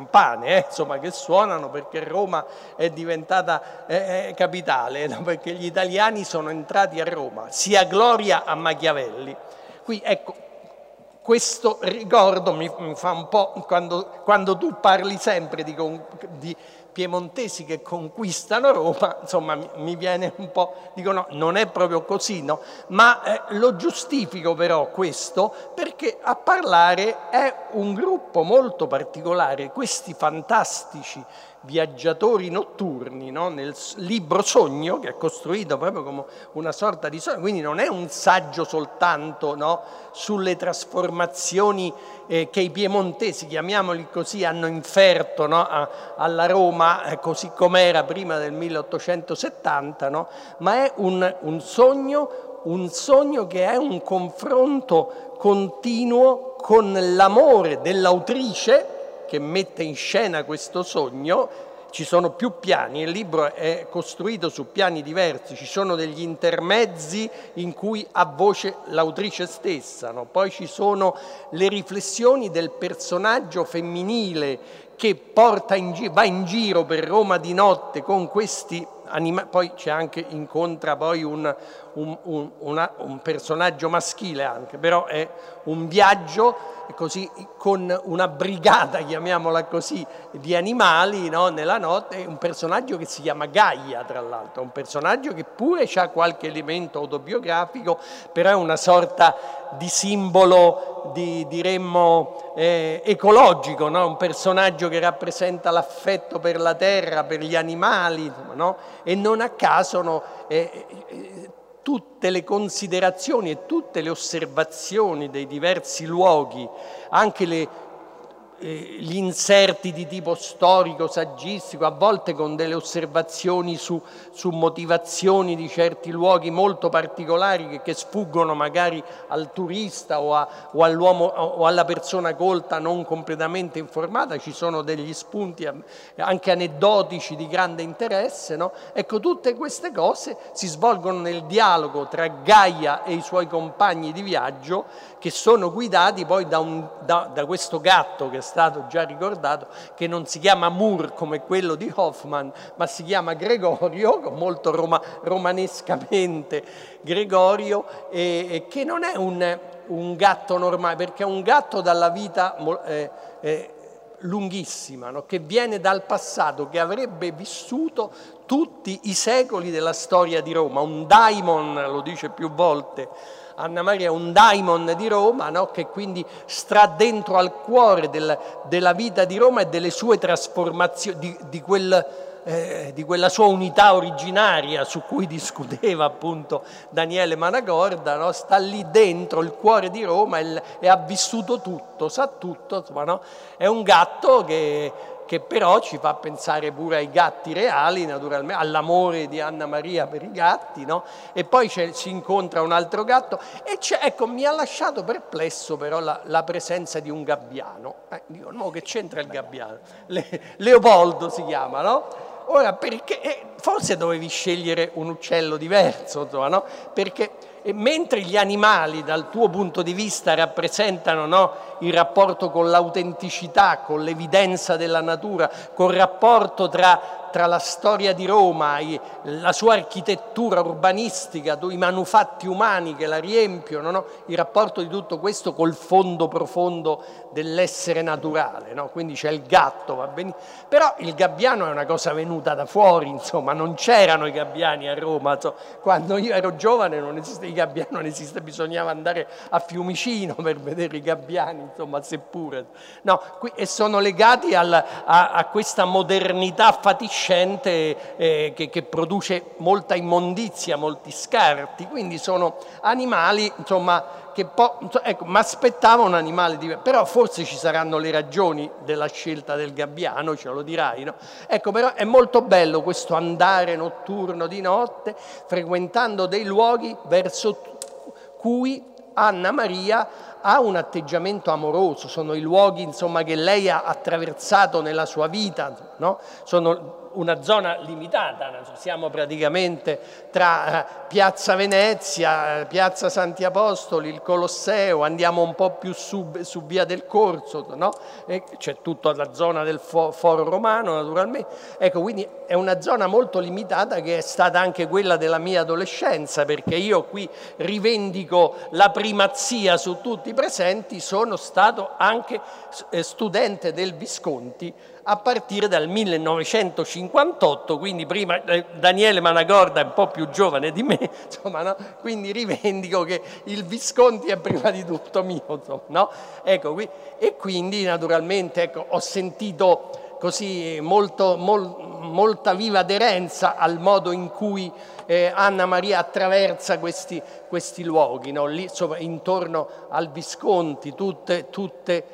suonano perché Roma è diventata capitale, no, perché gli italiani sono entrati a Roma, sia gloria a Machiavelli. Qui ecco, questo ricordo mi fa un po', quando tu parli sempre di piemontesi che conquistano Roma, insomma mi viene un po', dico no, non è proprio così, no? Ma lo giustifico però questo perché a parlare è un gruppo molto particolare, questi fantastici viaggiatori notturni, no? Nel libro Sogno, che è costruito proprio come una sorta di sogno, quindi non è un saggio soltanto, no, sulle trasformazioni che i piemontesi, chiamiamoli così, hanno inferto, no, alla Roma così com'era prima del 1870, no? Ma è un sogno che è un confronto continuo con l'amore dell'autrice che mette in scena questo sogno. Ci sono più piani, il libro è costruito su piani diversi, ci sono degli intermezzi in cui ha voce l'autrice stessa, no? Poi ci sono le riflessioni del personaggio femminile che va in giro per Roma di notte con questi animali, poi c'è anche, incontra poi un personaggio maschile anche, però è un viaggio così con una brigata, chiamiamola così, di animali, no, nella notte, un personaggio che si chiama Gaia, tra l'altro, un personaggio che pure ha qualche elemento autobiografico, però è una sorta di simbolo, diremmo, ecologico, no? Un personaggio che rappresenta l'affetto per la terra, per gli animali, no? E non a caso tutte le considerazioni e tutte le osservazioni dei diversi luoghi, anche gli inserti di tipo storico, saggistico, a volte con delle osservazioni su motivazioni di certi luoghi molto particolari che sfuggono magari al turista o all'uomo o alla persona colta non completamente informata. Ci sono degli spunti anche aneddotici di grande interesse, no? Ecco, tutte queste cose si svolgono nel dialogo tra Gaia e i suoi compagni di viaggio, che sono guidati poi da questo gatto che è stato già ricordato, che non si chiama Moore come quello di Hoffman, ma si chiama Gregorio, molto romanescamente Gregorio, e che non è un gatto normale, perché è un gatto dalla vita lunghissima, no? Che viene dal passato, che avrebbe vissuto tutti i secoli della storia di Roma, un daimon, lo dice più volte Anna Maria, un daimon di Roma, no? Che quindi sta dentro al cuore della vita di Roma e delle sue trasformazioni, di quella sua unità originaria su cui discuteva appunto Daniele Manacorda, no? Sta lì dentro il cuore di Roma e ha vissuto tutto, sa tutto, insomma, no? È un gatto che però ci fa pensare pure ai gatti reali, naturalmente, all'amore di Anna Maria per i gatti, no? E poi si incontra un altro gatto e ecco, mi ha lasciato perplesso però la presenza di un gabbiano. Dico, no, che c'entra il gabbiano? Leopoldo si chiama, no? Ora, perché forse dovevi scegliere un uccello diverso, insomma, no? Perché mentre gli animali dal tuo punto di vista rappresentano, no, il rapporto con l'autenticità, con l'evidenza della natura, col rapporto tra la storia di Roma, la sua architettura urbanistica, i manufatti umani che la riempiono, no? Il rapporto di tutto questo col fondo profondo dell'essere naturale, no? Quindi c'è il gatto, va bene? Però il gabbiano è una cosa venuta da fuori, insomma, non c'erano i gabbiani a Roma, insomma. Quando io ero giovane non esiste il gabbiano, non esiste, bisognava andare a Fiumicino per vedere i gabbiani, insomma, seppure. No, e sono legati a questa modernità fatiscente che produce molta immondizia, molti scarti, quindi sono animali, insomma, che ecco, mi aspettavo un animale diverso, però forse ci saranno le ragioni della scelta del gabbiano, ce lo dirai, no? Ecco, però è molto bello questo andare notturno di notte, frequentando dei luoghi verso cui Anna Maria ha un atteggiamento amoroso, sono i luoghi, insomma, che lei ha attraversato nella sua vita, no? Sono una zona limitata, siamo praticamente tra Piazza Venezia, Piazza Santi Apostoli, il Colosseo, andiamo un po' più su Via del Corso, no? C'è tutta la zona del Foro Romano, naturalmente. Ecco, quindi è una zona molto limitata che è stata anche quella della mia adolescenza, perché io qui rivendico la primazia su tutti i presenti, sono stato anche studente del Visconti a partire dal 1958, quindi prima Daniele Managorda è un po' più giovane di me, insomma, no? Quindi rivendico che il Visconti è prima di tutto mio, insomma, no? Ecco, e quindi naturalmente, ecco, ho sentito così molta viva aderenza al modo in cui Anna Maria attraversa questi luoghi, no? Lì, insomma, intorno al Visconti, tutte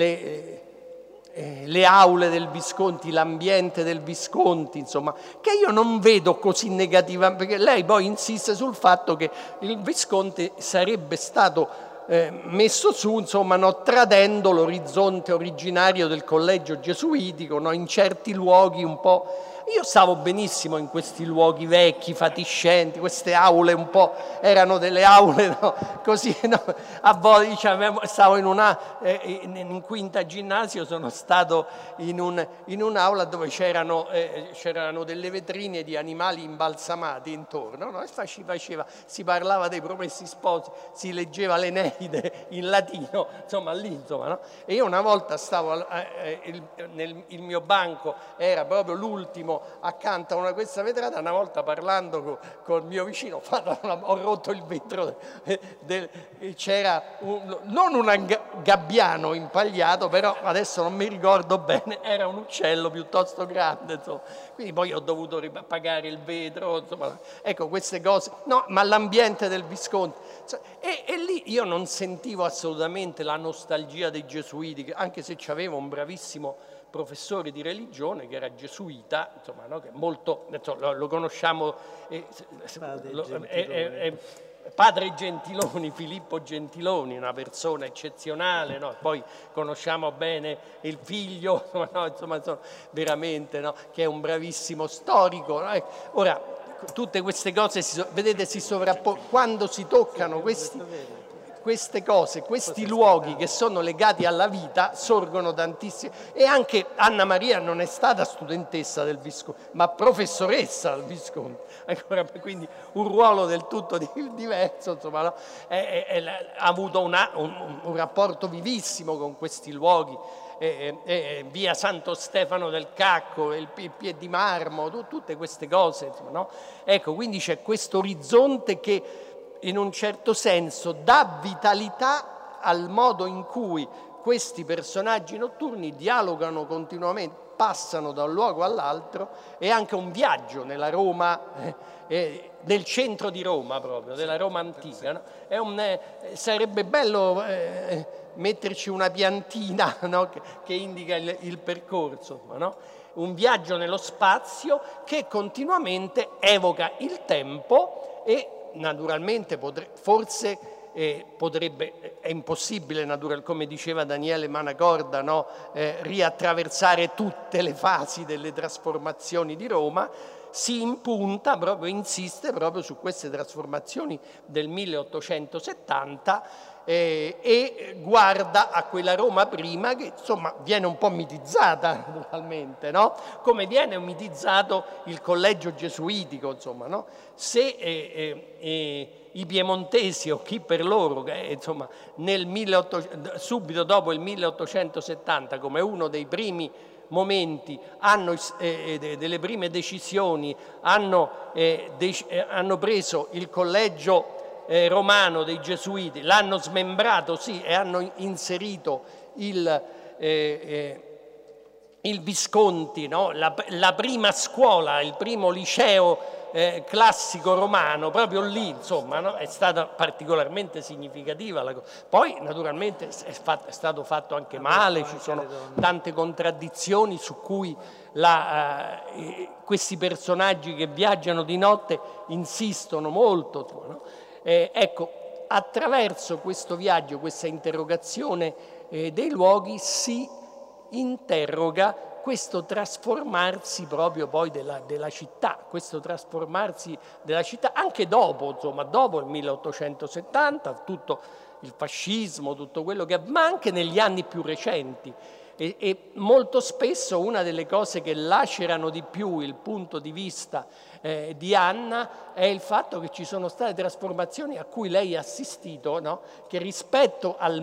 le aule del Visconti, l'ambiente del Visconti, insomma, che io non vedo così negativa, perché lei poi insiste sul fatto che il Visconti sarebbe stato messo su, insomma, no, tradendo l'orizzonte originario del collegio gesuitico, no, in certi luoghi un po'. Io stavo benissimo in questi luoghi vecchi, fatiscenti, queste aule un po', erano delle aule, no, così, no, a volte, diciamo, stavo in quinta ginnasio, sono stato in un'aula dove c'erano delle vetrine di animali imbalsamati intorno, no, e si parlava dei promessi sposi, si leggeva l'Eneide in latino, insomma, lì, insomma, no? E io una volta stavo, il mio banco era proprio l'ultimo accanto a questa vetrata, una volta parlando col mio vicino ho rotto il vetro, c'era non un gabbiano impagliato, però adesso non mi ricordo bene, era un uccello piuttosto grande, insomma. Quindi poi ho dovuto ripagare il vetro, insomma. Ecco, queste cose, no, ma l'ambiente del Visconti, e lì io non sentivo assolutamente la nostalgia dei gesuiti, anche se c'avevo un bravissimo professore di religione che era gesuita, insomma, no? Che molto, insomma, lo conosciamo, padre Gentiloni, Filippo Gentiloni, una persona eccezionale, no? Poi conosciamo bene il figlio, no? Insomma, veramente, no? Che è un bravissimo storico, no? Ora, tutte queste cose, vedete, si sovrappongono, quando si toccano queste cose, questi luoghi che sono legati alla vita, sorgono tantissime. E anche Anna Maria non è stata studentessa del Visconti, ma professoressa del Visconti, quindi un ruolo del tutto diverso, insomma, no? Ha avuto un rapporto vivissimo con questi luoghi, via Santo Stefano del Cacco, il Pied di Marmo, tutte queste cose, insomma, no? Ecco, quindi c'è questo orizzonte che in un certo senso dà vitalità al modo in cui questi personaggi notturni dialogano continuamente, passano da un luogo all'altro, e anche un viaggio nella Roma, nel centro di Roma proprio, della Roma antica, no? Sarebbe bello metterci una piantina, no? che indica il percorso, no? Un viaggio nello spazio che continuamente evoca il tempo e naturalmente è impossibile, come diceva Daniele Manacorda, no? Riattraversare tutte le fasi delle trasformazioni di Roma. si impunta, proprio insiste proprio su queste trasformazioni del 1870 e guarda a quella Roma prima che insomma viene un po' mitizzata naturalmente, no? Come viene mitizzato il collegio gesuitico, insomma, no? Se i piemontesi o chi per loro, insomma, subito dopo il 1870 come uno dei primi momenti delle prime decisioni hanno preso il collegio romano dei Gesuiti, l'hanno smembrato, sì, e hanno inserito il Visconti, no? La prima scuola, il primo liceo classico romano, proprio lì, insomma, no? È stata particolarmente significativa la cosa. Poi naturalmente è stato fatto anche male, ci sono tante contraddizioni su cui questi personaggi che viaggiano di notte insistono molto, no? Ecco, attraverso questo viaggio, questa interrogazione dei luoghi si interroga questo trasformarsi proprio poi della città, questo trasformarsi della città anche dopo, insomma, dopo il 1870, tutto il fascismo, tutto quello che, ma anche negli anni più recenti. E molto spesso una delle cose che lacerano di più il punto di vista di Anna è il fatto che ci sono state trasformazioni a cui lei ha assistito, no? Che rispetto al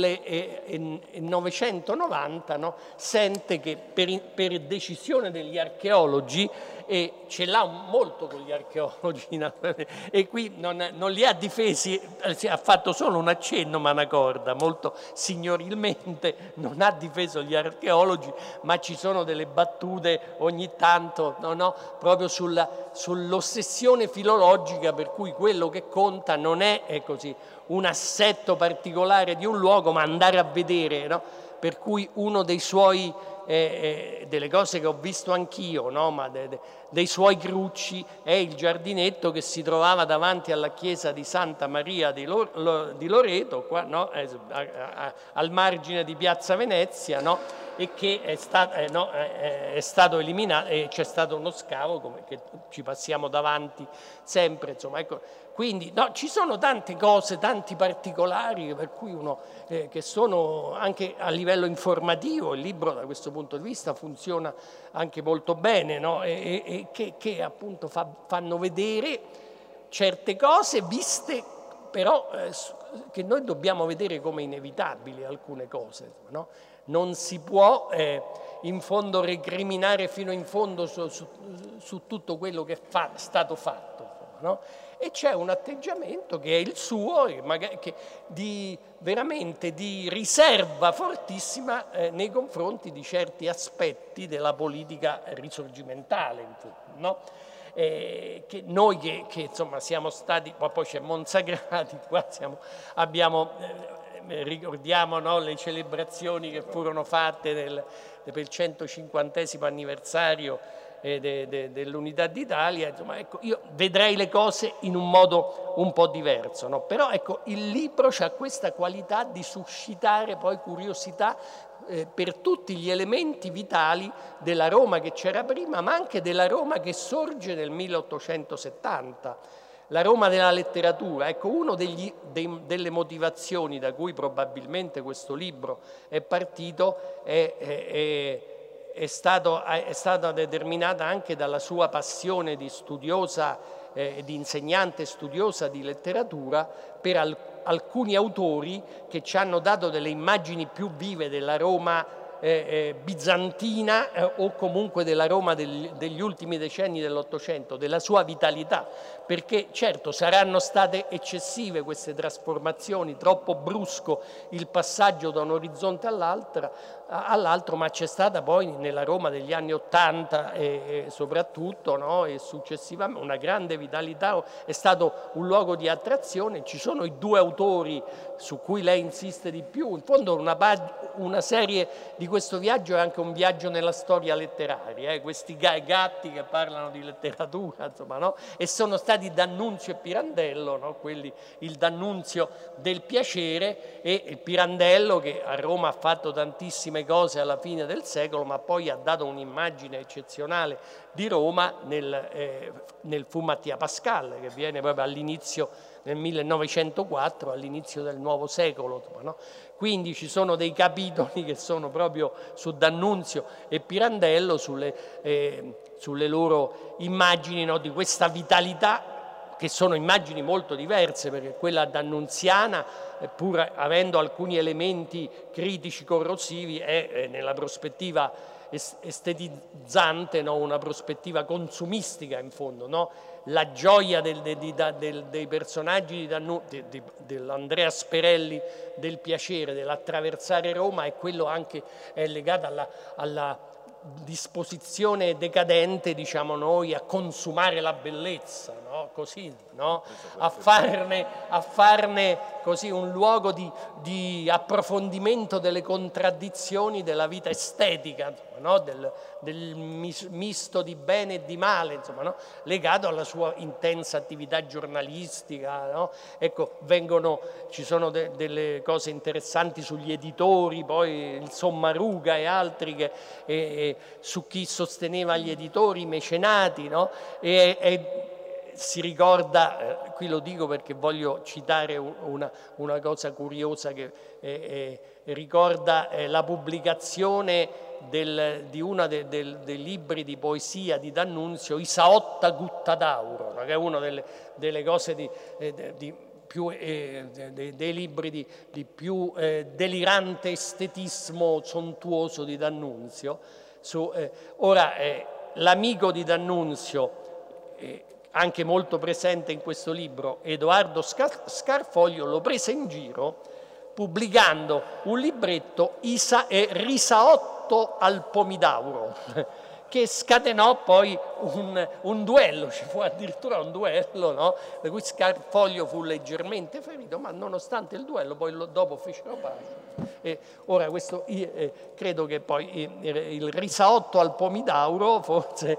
1990, no? Sente che per decisione degli archeologi, e ce l'ha molto con gli archeologi, e qui non li ha difesi, ha fatto solo un accenno Manacorda, molto signorilmente, non ha difeso gli archeologi, ma ci sono delle battute ogni tanto, no? Proprio sull'ossessione filologica, per cui quello che conta non è così un assetto particolare di un luogo, ma andare a vedere, no? Per cui uno dei suoi delle cose che ho visto anch'io, no? Ma dei suoi crucci è il giardinetto che si trovava davanti alla chiesa di Santa Maria di Loreto, qua, no? Al margine di Piazza Venezia, no? E che è stato eliminato, e c'è stato uno scavo che ci passiamo davanti sempre, insomma, ecco. Quindi no, ci sono tante cose, tanti particolari per cui uno che sono anche a livello informativo, il libro da questo punto di vista funziona anche molto bene, no? E che appunto fanno vedere certe cose viste però che noi dobbiamo vedere come inevitabili alcune cose, no? Non si può in fondo recriminare fino in fondo su tutto quello che è stato fatto, no? E c'è un atteggiamento che è il suo, veramente di riserva fortissima nei confronti di certi aspetti della politica risorgimentale, no? Che noi che insomma siamo stati, poi c'è Monsagrati, qua ricordiamo, no, le celebrazioni che furono fatte per il 150° anniversario dell'Unità d'Italia, insomma, ecco, io vedrei le cose in un modo un po' diverso, no? Però ecco, il libro ha questa qualità di suscitare poi curiosità per tutti gli elementi vitali della Roma che c'era prima, ma anche della Roma che sorge nel 1870, la Roma della letteratura. Ecco, una delle motivazioni da cui probabilmente questo libro è partito è stata determinata anche dalla sua passione di studiosa, di insegnante studiosa di letteratura per alcuni autori che ci hanno dato delle immagini più vive della Roma bizantina o comunque della Roma degli ultimi decenni dell'Ottocento, della sua vitalità, perché certo saranno state eccessive queste trasformazioni, troppo brusco il passaggio da un orizzonte all'altro, ma c'è stata poi nella Roma degli anni '80 e soprattutto, no, e successivamente una grande vitalità, è stato un luogo di attrazione. Ci sono i due autori su cui lei insiste di più, in fondo una serie di questo viaggio è anche un viaggio nella storia letteraria, questi gatti che parlano di letteratura, insomma, no? E sono stati D'Annunzio e Pirandello, no? Il D'Annunzio del piacere e il Pirandello che a Roma ha fatto tantissime cose alla fine del secolo, ma poi ha dato un'immagine eccezionale di Roma nel Fu Mattia Pascal, che viene proprio all'inizio, nel 1904, all'inizio del nuovo secolo, no? Quindi ci sono dei capitoli che sono proprio su D'Annunzio e Pirandello, sulle loro immagini, no, di questa vitalità, che sono immagini molto diverse, perché quella d'annunziana, pur avendo alcuni elementi critici corrosivi, è nella prospettiva estetizzante, no? Una prospettiva consumistica in fondo, no? La gioia dei personaggi dell'Andrea Sperelli del piacere, dell'attraversare Roma, e quello anche è legato alla disposizione decadente, diciamo noi, a consumare la bellezza, no? Così, no? A farne così un luogo di approfondimento delle contraddizioni della vita estetica, no? del misto di bene e di male, insomma, no? Legato alla sua intensa attività giornalistica, no? Ecco, ci sono delle cose interessanti sugli editori, poi il Sommaruga e altri su chi sosteneva gli editori, i mecenati, no? Si ricorda, qui lo dico perché voglio citare una cosa curiosa che ricorda la pubblicazione di uno dei libri di poesia di D'Annunzio, Isaotta Gutta d'Auro, che è una delle cose dei libri di più delirante estetismo sontuoso di D'Annunzio. Ora, l'amico di D'Annunzio, anche molto presente in questo libro, Edoardo Scarfoglio, lo prese in giro pubblicando un libretto Risaotto al Pomidauro, che scatenò poi un duello, ci fu addirittura un duello, no? Da cui Scarfoglio fu leggermente ferito, ma nonostante il duello poi dopo fecero pace. Ora questo credo che poi il Risaotto al Pomidauro forse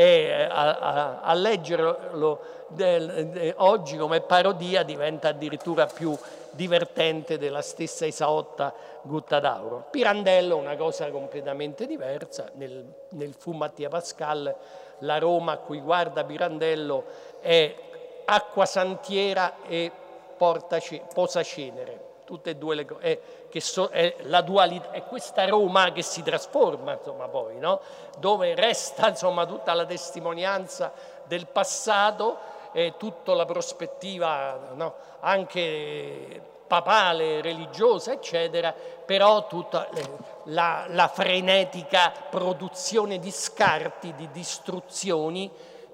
a leggerlo oggi come parodia diventa addirittura più divertente della stessa Isaotta Gutta d'Auro. Pirandello una cosa completamente diversa, nel Fu Mattia Pascal la Roma a cui guarda Pirandello è Acquasantiera e Posacenere, tutte e due le cose, è la dualità, è questa Roma che si trasforma, insomma, poi, no? Dove resta, insomma, tutta la testimonianza del passato e tutta la prospettiva, no? Anche papale, religiosa, eccetera, però tutta la frenetica produzione di scarti, di distruzioni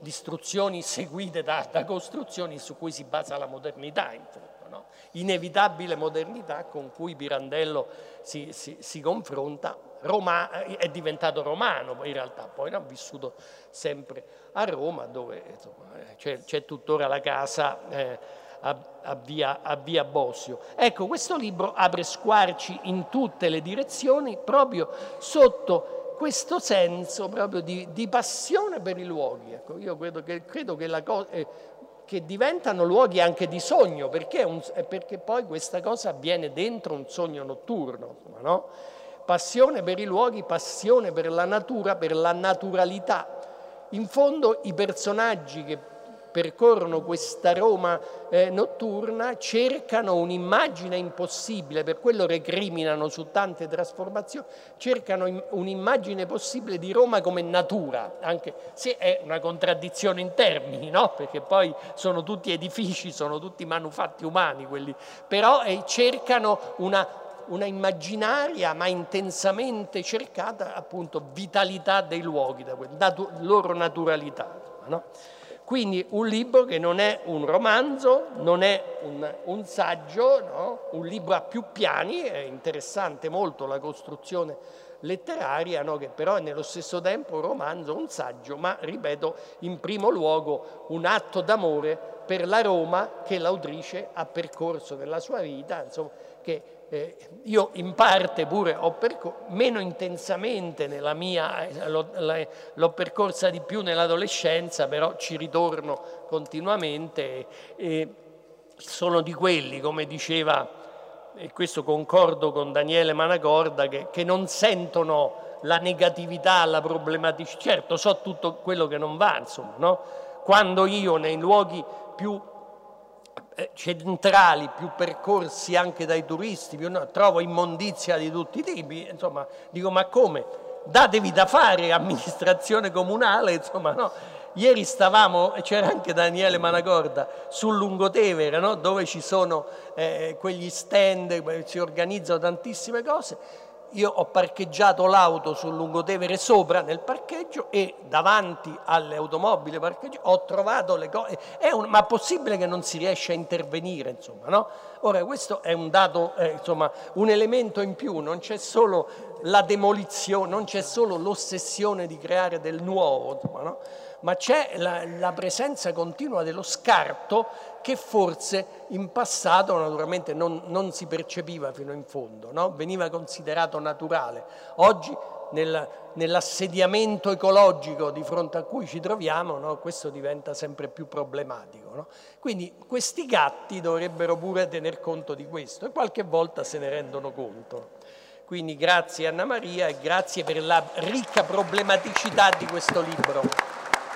seguite da costruzioni su cui si basa la modernità, in fondo, no? Inevitabile modernità con cui Pirandello si confronta. È diventato romano in realtà, poi ha vissuto sempre a Roma, dove insomma, c'è tuttora la casa a via Bosio. Ecco, questo libro apre squarci in tutte le direzioni proprio sotto questo senso proprio di passione per i luoghi. Ecco, io credo che diventano luoghi anche di sogno, perché poi questa cosa avviene dentro un sogno notturno, no? Passione per i luoghi, passione per la natura, per la naturalità. In fondo i personaggi che percorrono questa Roma notturna cercano un'immagine impossibile, per quello recriminano su tante trasformazioni, cercano un'immagine possibile di Roma come natura, anche se è una contraddizione in termini, no? Perché poi sono tutti edifici, sono tutti manufatti umani quelli, però cercano una immaginaria ma intensamente cercata appunto vitalità dei luoghi, da loro naturalità, no? Quindi un libro che non è un romanzo, non è un saggio, no? Un libro a più piani, è interessante molto la costruzione letteraria, no? Che però è nello stesso tempo un romanzo, un saggio, ma ripeto, in primo luogo un atto d'amore per la Roma che l'autrice ha percorso nella sua vita, insomma, che io in parte pure meno intensamente nella mia, l'ho percorsa di più nell'adolescenza, però ci ritorno continuamente, sono di quelli, come diceva, e questo concordo con Daniele Manacorda, che non sentono la negatività, la problematicità, certo so tutto quello che non va, insomma, no? Quando io nei luoghi più centrali, più percorsi anche dai turisti, trovo immondizia di tutti i tipi, insomma, dico ma come? Datevi da fare, amministrazione comunale, insomma, no? Ieri stavamo, c'era anche Daniele Manacorda, sul Lungotevere, no? Dove ci sono quegli stand, si organizzano tantissime cose. Io ho parcheggiato l'auto sul Lungotevere sopra nel parcheggio e davanti alle automobili parcheggiate ho trovato le cose. Ma è possibile che non si riesce a intervenire, insomma, no? Ora questo è un dato, insomma, un elemento in più, non c'è solo la demolizione, non c'è solo l'ossessione di creare del nuovo, insomma, no? Ma c'è la presenza continua dello scarto che forse in passato naturalmente non si percepiva fino in fondo, no? Veniva considerato naturale. Oggi nell'assediamento ecologico di fronte a cui ci troviamo, no? Questo diventa sempre più problematico, no? Quindi questi gatti dovrebbero pure tener conto di questo e qualche volta se ne rendono conto. Quindi grazie Anna Maria e grazie per la ricca problematicità di questo libro.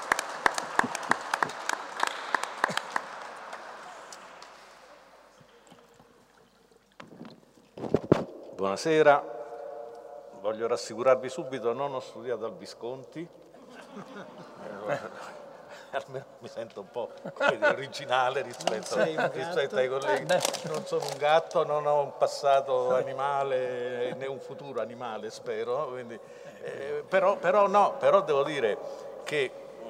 Buonasera, voglio rassicurarvi subito, non ho studiato al Visconti, almeno mi sento un po' originale rispetto ai colleghi. Non sono un gatto, non ho un passato animale né un futuro animale, spero, quindi, però devo dire che,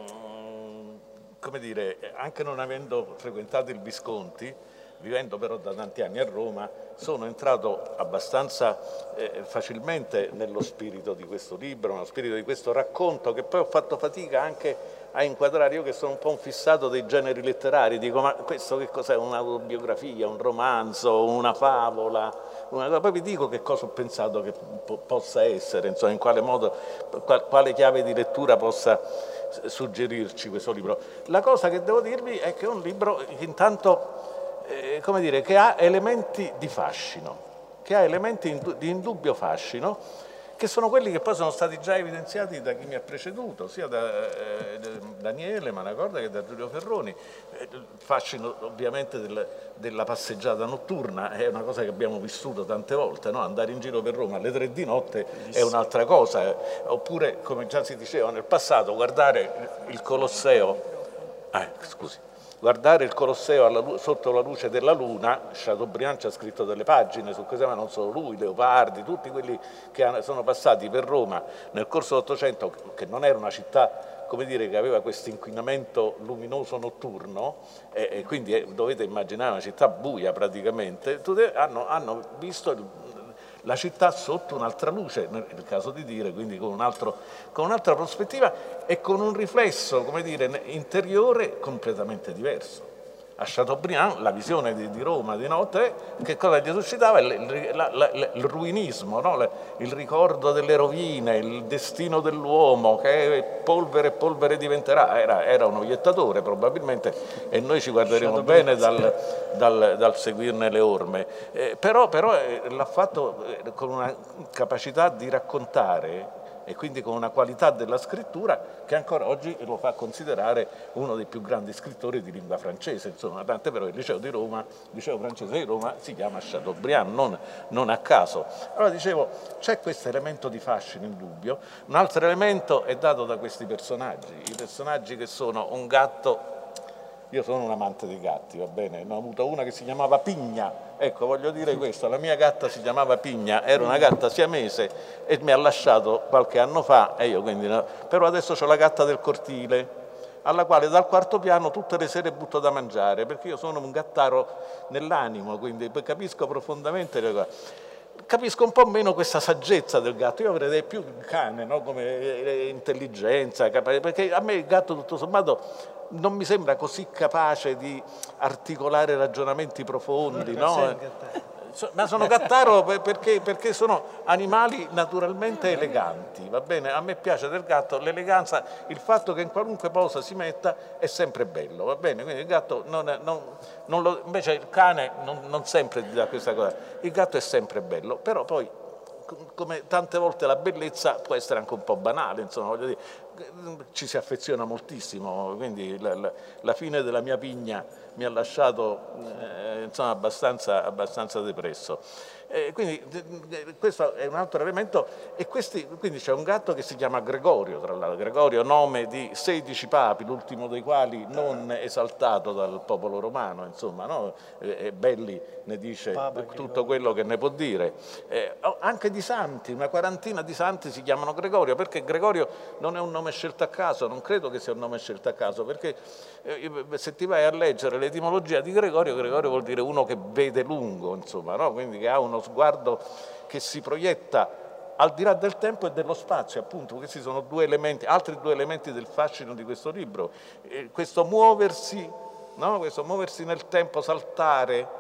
come dire, anche non avendo frequentato il Visconti, vivendo però da tanti anni a Roma, sono entrato abbastanza facilmente nello spirito di questo libro, nello spirito di questo racconto, che poi ho fatto fatica anche a inquadrare. Io che sono un po' un fissato dei generi letterari, dico ma questo che cos'è? Un'autobiografia, un romanzo, una favola? Poi vi dico che cosa ho pensato che possa essere, insomma, in quale modo, quale chiave di lettura possa suggerirci questo libro. La cosa che devo dirvi è che è un libro che intanto come dire, che ha elementi di fascino, che ha elementi di indubbio fascino, che sono quelli che poi sono stati già evidenziati da chi mi ha preceduto, sia da Daniele Manacorda che da Giulio Ferroni. Il fascino ovviamente della passeggiata notturna è una cosa che abbiamo vissuto tante volte, no? Andare in giro per Roma alle 3 di notte è un'altra cosa, oppure, come già si diceva nel passato, guardare il Colosseo, guardare il Colosseo sotto la luce della luna. Chateaubriand ci ha scritto delle pagine su questo, ma non solo lui, Leopardi, tutti quelli che sono passati per Roma nel corso dell'Ottocento, che non era una città, come dire, che aveva questo inquinamento luminoso notturno, e quindi dovete immaginare una città buia praticamente, hanno visto la città sotto un'altra luce, nel caso di dire, quindi con un'altra prospettiva e con un riflesso, come dire, interiore completamente diverso. A Chateaubriand la visione di Roma di notte, che cosa gli suscitava? Il ruinismo, no? Il ricordo delle rovine, il destino dell'uomo che polvere e polvere diventerà. Era un oiettatore probabilmente, e noi ci guarderemo bene dal seguirne le orme. Però l'ha fatto con una capacità di raccontare e quindi con una qualità della scrittura che ancora oggi lo fa considerare uno dei più grandi scrittori di lingua francese, insomma, tant'è vero che il liceo francese di Roma si chiama Chateaubriand, non a caso. Allora dicevo, c'è questo elemento di fascino indubbio, un altro elemento è dato da questi personaggi, i personaggi che sono un gatto. Io sono un amante dei gatti, va bene, ne ho avuto una che si chiamava Pigna, ecco, voglio dire questo, la mia gatta si chiamava Pigna, era una gatta siamese e mi ha lasciato qualche anno fa, e io quindi no. Però adesso ho la gatta del cortile, alla quale dal 4º piano tutte le sere butto da mangiare, perché io sono un gattaro nell'animo, quindi capisco profondamente le cose. Capisco un po' meno questa saggezza del gatto, io avrei più il cane, no? Come intelligenza, perché a me il gatto tutto sommato non mi sembra così capace di articolare ragionamenti profondi, no? Ma sono gattaro perché sono animali naturalmente eleganti, va bene? A me piace del gatto l'eleganza, il fatto che in qualunque posa si metta è sempre bello, va bene? Quindi il gatto invece il cane non sempre ti dà questa cosa, il gatto è sempre bello, però poi come tante volte la bellezza può essere anche un po' banale, insomma, voglio dire, ci si affeziona moltissimo, quindi la fine della mia pigna mi ha lasciato insomma, abbastanza depresso. Quindi questo è un altro elemento, e quindi c'è un gatto che si chiama Gregorio, tra l'altro, Gregorio nome di 16 papi, l'ultimo dei quali non esaltato dal popolo romano, insomma, no? Belli ne dice Papa tutto quello che ne può dire. Anche di santi, una quarantina di santi si chiamano Gregorio, perché Gregorio non è un nome scelto a caso, non credo che sia un nome scelto a caso, perché se ti vai a leggere l'etimologia di Gregorio, Gregorio vuol dire uno che vede lungo, insomma, no? Quindi che ha uno sguardo che si proietta al di là del tempo e dello spazio, appunto. Questi sono altri due elementi del fascino di questo libro, questo muoversi, no? Questo muoversi nel tempo, saltare,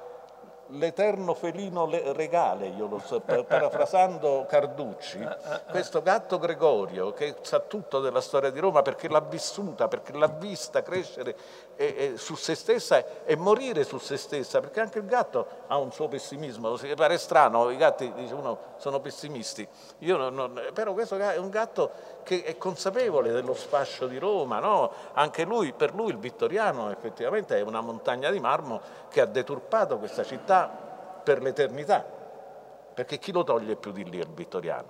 l'eterno felino regale, io lo so, parafrasando Carducci, questo gatto Gregorio che sa tutto della storia di Roma perché l'ha vissuta, perché l'ha vista crescere su se stessa e morire su se stessa, perché anche il gatto ha un suo pessimismo, pare strano, i gatti, dice uno, sono pessimisti, però questo è un gatto che è consapevole dello sfascio di Roma, no? Anche lui, per lui il Vittoriano effettivamente è una montagna di marmo che ha deturpato questa città per l'eternità, perché chi lo toglie più di lì il Vittoriano?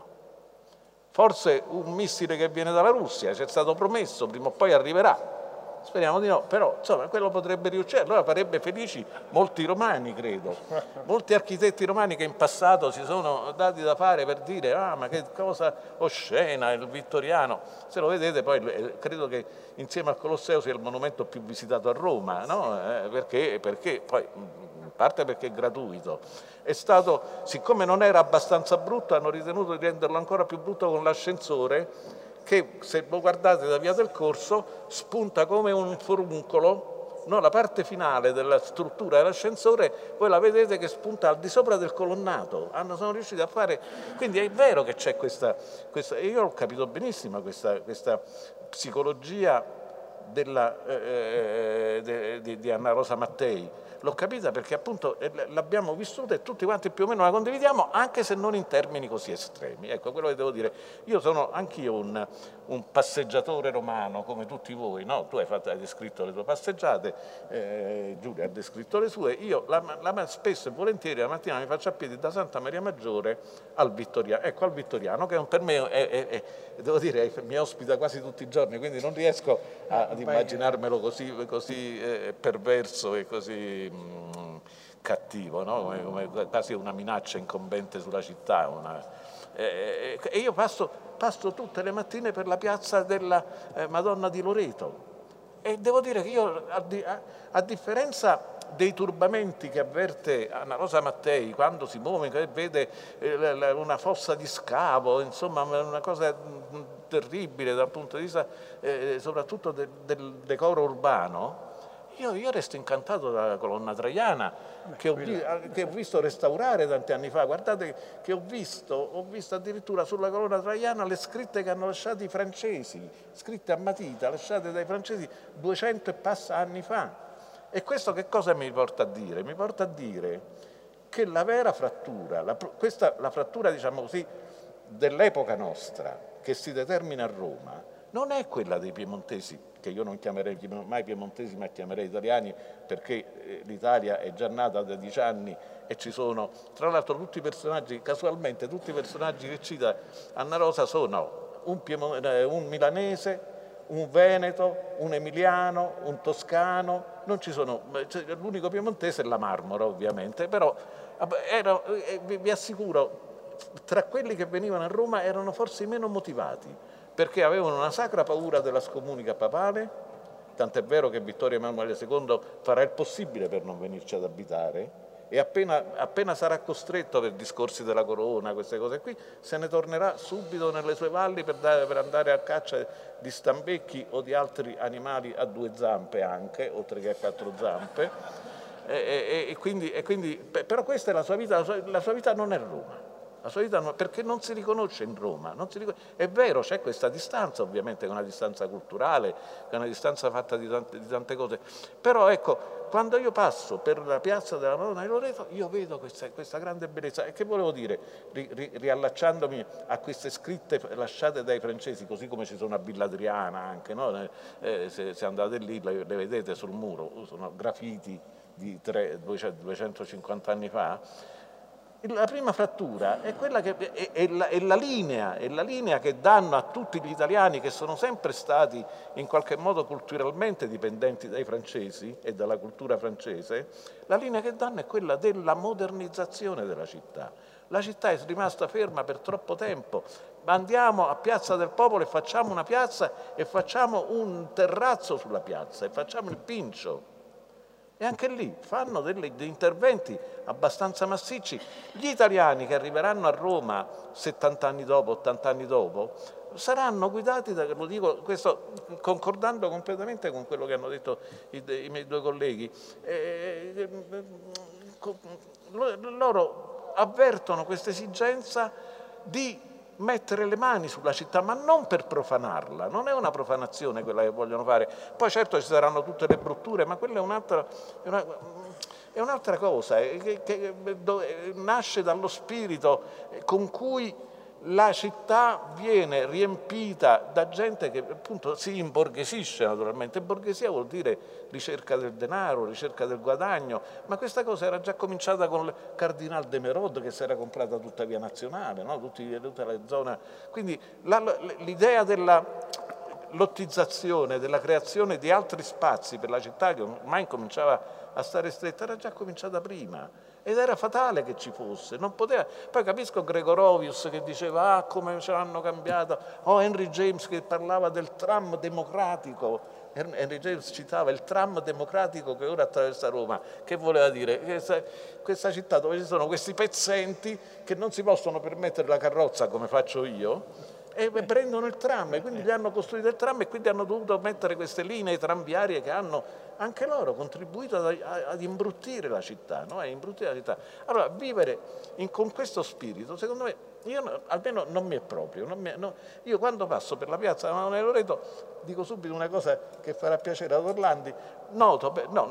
Forse un missile che viene dalla Russia, ci è stato promesso, prima o poi arriverà, speriamo di no, però insomma quello potrebbe riuscire, allora farebbe felici molti romani, credo, molti architetti romani che in passato si sono dati da fare per dire ma che cosa oscena il Vittoriano. Se lo vedete poi credo che insieme al Colosseo sia il monumento più visitato a Roma, no? Perché poi in parte perché è gratuito, è stato, siccome non era abbastanza brutto, hanno ritenuto di renderlo ancora più brutto con l'ascensore, che se lo guardate da Via del Corso spunta come un foruncolo, no? La parte finale della struttura dell'ascensore voi la vedete che spunta al di sopra del colonnato, sono riusciti a fare, quindi è vero che c'è questa e io ho capito benissimo questa psicologia di Anna Rosa Mattei. L'ho capita perché appunto l'abbiamo vissuta e tutti quanti più o meno la condividiamo, anche se non in termini così estremi. Ecco, quello che devo dire. Io sono anch'io un passeggiatore romano, come tutti voi, no? Tu hai descritto le tue passeggiate, Giulia ha descritto le sue, io spesso e volentieri la mattina mi faccio a piedi da Santa Maria Maggiore al Vittoriano, ecco, al Vittoriano, che per me devo dire, mi ospita quasi tutti i giorni, quindi non riesco ad immaginarmelo così perverso e così cattivo, no? come quasi una minaccia incombente sulla città. E io passo tutte le mattine per la piazza della Madonna di Loreto e devo dire che io, a differenza dei turbamenti che avverte Anna Rosa Mattei quando si muove e vede una fossa di scavo, insomma una cosa terribile dal punto di vista soprattutto del decoro urbano, io resto incantato dalla colonna Traiana che ho visto restaurare tanti anni fa. Guardate che ho visto addirittura sulla colonna Traiana le scritte che hanno lasciato i francesi, scritte a matita lasciate dai francesi 200 e passa anni fa. E questo che cosa mi porta a dire? Mi porta a dire che la vera frattura, la frattura diciamo così dell'epoca nostra che si determina a Roma non è quella dei piemontesi, che io non chiamerei mai piemontesi ma chiamerei italiani, perché l'Italia è già nata da 10 anni e ci sono, tra l'altro tutti i personaggi, casualmente tutti i personaggi che cita Anna Rosa sono un milanese, un veneto, un emiliano, un toscano, non ci sono, l'unico piemontese è la Marmora ovviamente, però vi assicuro, tra quelli che venivano a Roma erano forse i meno motivati, perché avevano una sacra paura della scomunica papale, tant'è vero che Vittorio Emanuele II farà il possibile per non venirci ad abitare, e appena sarà costretto per discorsi della corona, queste cose qui, se ne tornerà subito nelle sue valli per andare a caccia di stambecchi o di altri animali a 2 zampe anche, oltre che a 4 zampe. Però questa è la sua vita, la sua vita non è Roma. La sua vita perché non si riconosce in Roma, è vero, c'è questa distanza, ovviamente, che è una distanza culturale, che è una distanza fatta di tante cose, però ecco, quando io passo per la piazza della Madonna di Loreto, io vedo questa grande bellezza. E che volevo dire, riallacciandomi a queste scritte lasciate dai francesi, così come ci sono a Villa Adriana anche, no? Se andate lì le vedete sul muro, sono graffiti di 250 anni fa. La prima frattura è quella che è la linea che danno a tutti gli italiani che sono sempre stati in qualche modo culturalmente dipendenti dai francesi e dalla cultura francese. La linea che danno è quella della modernizzazione della città. La città è rimasta ferma per troppo tempo. Andiamo a Piazza del Popolo e facciamo una piazza e facciamo un terrazzo sulla piazza e facciamo il Pincio. E anche lì fanno degli interventi abbastanza massicci. Gli italiani che arriveranno a Roma 70 anni dopo, 80 anni dopo, saranno guidati lo dico questo concordando completamente con quello che hanno detto i miei due colleghi, loro avvertono questa esigenza di mettere le mani sulla città, ma non per profanarla, non è una profanazione quella che vogliono fare. Poi certo ci saranno tutte le brutture, ma quella è un'altra cosa, che nasce dallo spirito con cui la città viene riempita da gente che appunto si imborghesisce naturalmente. Borghesia vuol dire ricerca del denaro, ricerca del guadagno, ma questa cosa era già cominciata con il Cardinal de Merode che si era comprata tutta Via Nazionale, no? Tutta la zona. Quindi l'idea della lottizzazione, della creazione di altri spazi per la città che ormai cominciava a stare stretta era già cominciata prima. Ed era fatale che ci fosse, non poteva. Poi capisco Gregorovius che diceva come ce l'hanno cambiata, o Henry James che parlava del tram democratico. Henry James citava il tram democratico che ora attraversa Roma. Che voleva dire? Questa città dove ci sono questi pezzenti che non si possono permettere la carrozza come faccio io e prendono il tram, e quindi gli hanno costruito il tram e quindi hanno dovuto mettere queste linee tranviarie che hanno anche loro contribuito ad imbruttire la città, no? Allora vivere con questo spirito, secondo me, almeno non mi è proprio. Io quando passo per la piazza della Madonna di Loreto dico subito una cosa che farà piacere ad Orlandi, noto,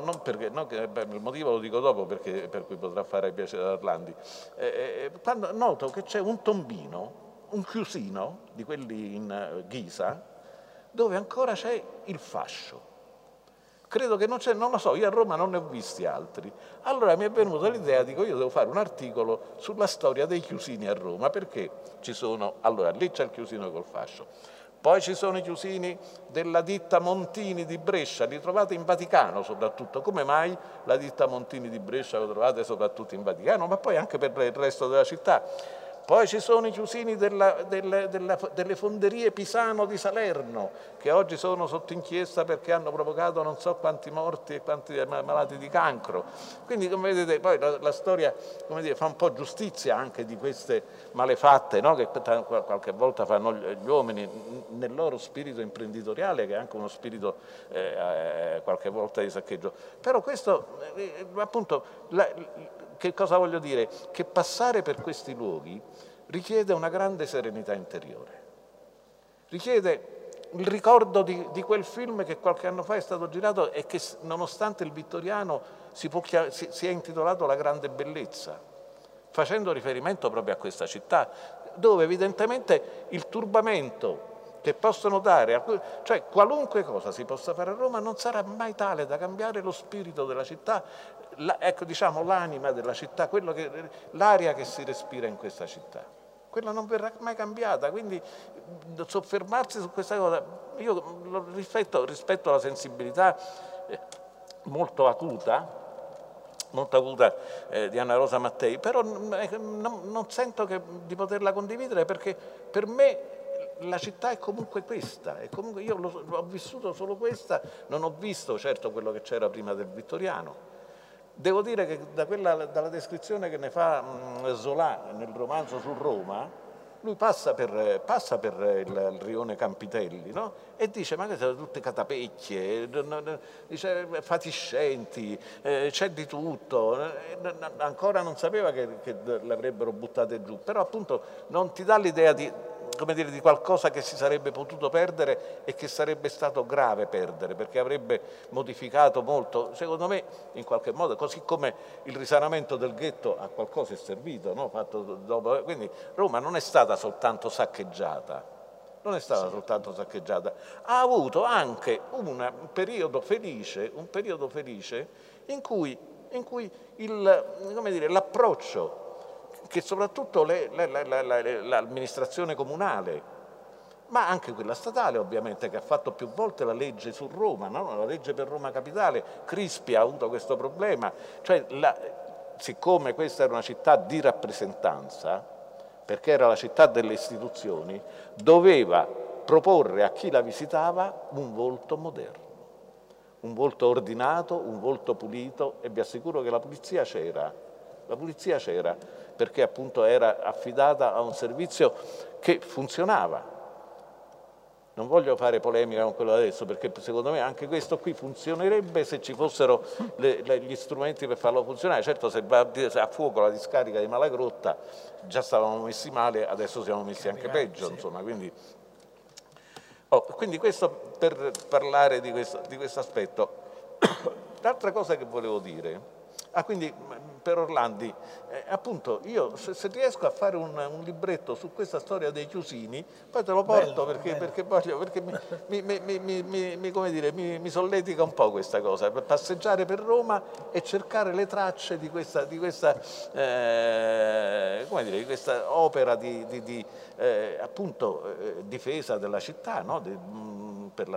il motivo lo dico dopo per cui potrà fare piacere ad Orlandi, quando noto che c'è un tombino, un chiusino di quelli in ghisa, dove ancora c'è il fascio. Credo che non lo so, io a Roma non ne ho visti altri. Allora mi è venuta l'idea, dico io devo fare un articolo sulla storia dei chiusini a Roma, perché allora lì c'è il chiusino col fascio, poi ci sono i chiusini della ditta Montini di Brescia, li trovate in Vaticano soprattutto. Come mai la ditta Montini di Brescia lo trovate soprattutto in Vaticano, ma poi anche per il resto della città? Poi ci sono i chiusini delle fonderie Pisano di Salerno, che oggi sono sotto inchiesta perché hanno provocato non so quanti morti e quanti malati di cancro. Quindi, come vedete, poi la storia, fa un po' giustizia anche di queste malefatte, no? Che qualche volta fanno gli uomini nel loro spirito imprenditoriale, che è anche uno spirito qualche volta di saccheggio. Però questo, appunto, che cosa voglio dire? Che passare per questi luoghi richiede una grande serenità interiore, richiede il ricordo di quel film che qualche anno fa è stato girato e che nonostante il vittoriano si è intitolato La grande bellezza, facendo riferimento proprio a questa città, dove evidentemente il turbamento che possono dare, cioè qualunque cosa si possa fare a Roma non sarà mai tale da cambiare lo spirito della città, l'anima della città, l'aria che si respira in questa città. Quella non verrà mai cambiata, quindi soffermarsi su questa cosa, io lo rispetto alla sensibilità molto acuta di Anna Rosa Mattei, però non sento di poterla condividere, perché per me la città è comunque questa, io ho vissuto solo questa, non ho visto certo quello che c'era prima del vittoriano. Devo dire che dalla descrizione che ne fa Zola nel romanzo su Roma, lui passa per il rione Campitelli, no? E dice: ma che sono tutte catapecchie, dice, fatiscenti, c'è di tutto. Ancora non sapeva che l'avrebbero buttate giù, però appunto non ti dà l'idea di, come dire, di qualcosa che si sarebbe potuto perdere e che sarebbe stato grave perdere, perché avrebbe modificato molto, secondo me, in qualche modo, così come il risanamento del ghetto a qualcosa è servito, no? Fatto dopo. Quindi Roma non è stata soltanto saccheggiata, ha avuto anche un periodo felice in cui l'approccio che soprattutto l'amministrazione comunale, ma anche quella statale ovviamente, che ha fatto più volte la legge su Roma, no? La legge per Roma Capitale, Crispi ha avuto questo problema, cioè siccome questa era una città di rappresentanza, perché era la città delle istituzioni, doveva proporre a chi la visitava un volto moderno, un volto ordinato, un volto pulito, e vi assicuro che la pulizia c'era, perché appunto era affidata a un servizio che funzionava. Non voglio fare polemica con quello adesso, perché secondo me anche questo qui funzionerebbe se ci fossero gli strumenti per farlo funzionare. Certo, se va a fuoco la discarica di Malagrotta, già stavamo messi male, adesso siamo messi anche peggio, insomma, quindi questo per parlare di questo aspetto. L'altra cosa che volevo dire, quindi per Orlandi, appunto io se riesco a fare un libretto su questa storia dei Chiusini, poi te lo porto, perché mi solletica un po' questa cosa, per passeggiare per Roma e cercare le tracce di questa opera di difesa della città, no? Per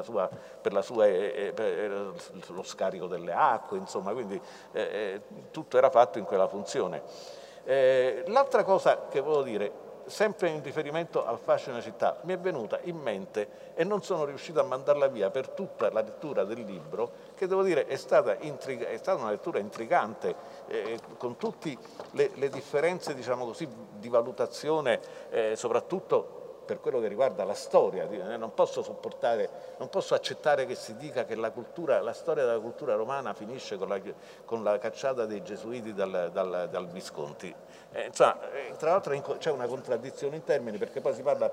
lo scarico delle acque, insomma, quindi tutto era fatto in quella funzione. L'altra cosa che volevo dire, sempre in riferimento al fascino della città, mi è venuta in mente, e non sono riuscito a mandarla via per tutta la lettura del libro, che devo dire è stata una lettura intrigante, con tutte le differenze, diciamo così, di valutazione, soprattutto per quello che riguarda la storia. Non posso accettare che si dica che la storia della cultura romana finisce con la cacciata dei gesuiti dal Visconti. Tra l'altro c'è una contraddizione in termini, perché poi si parla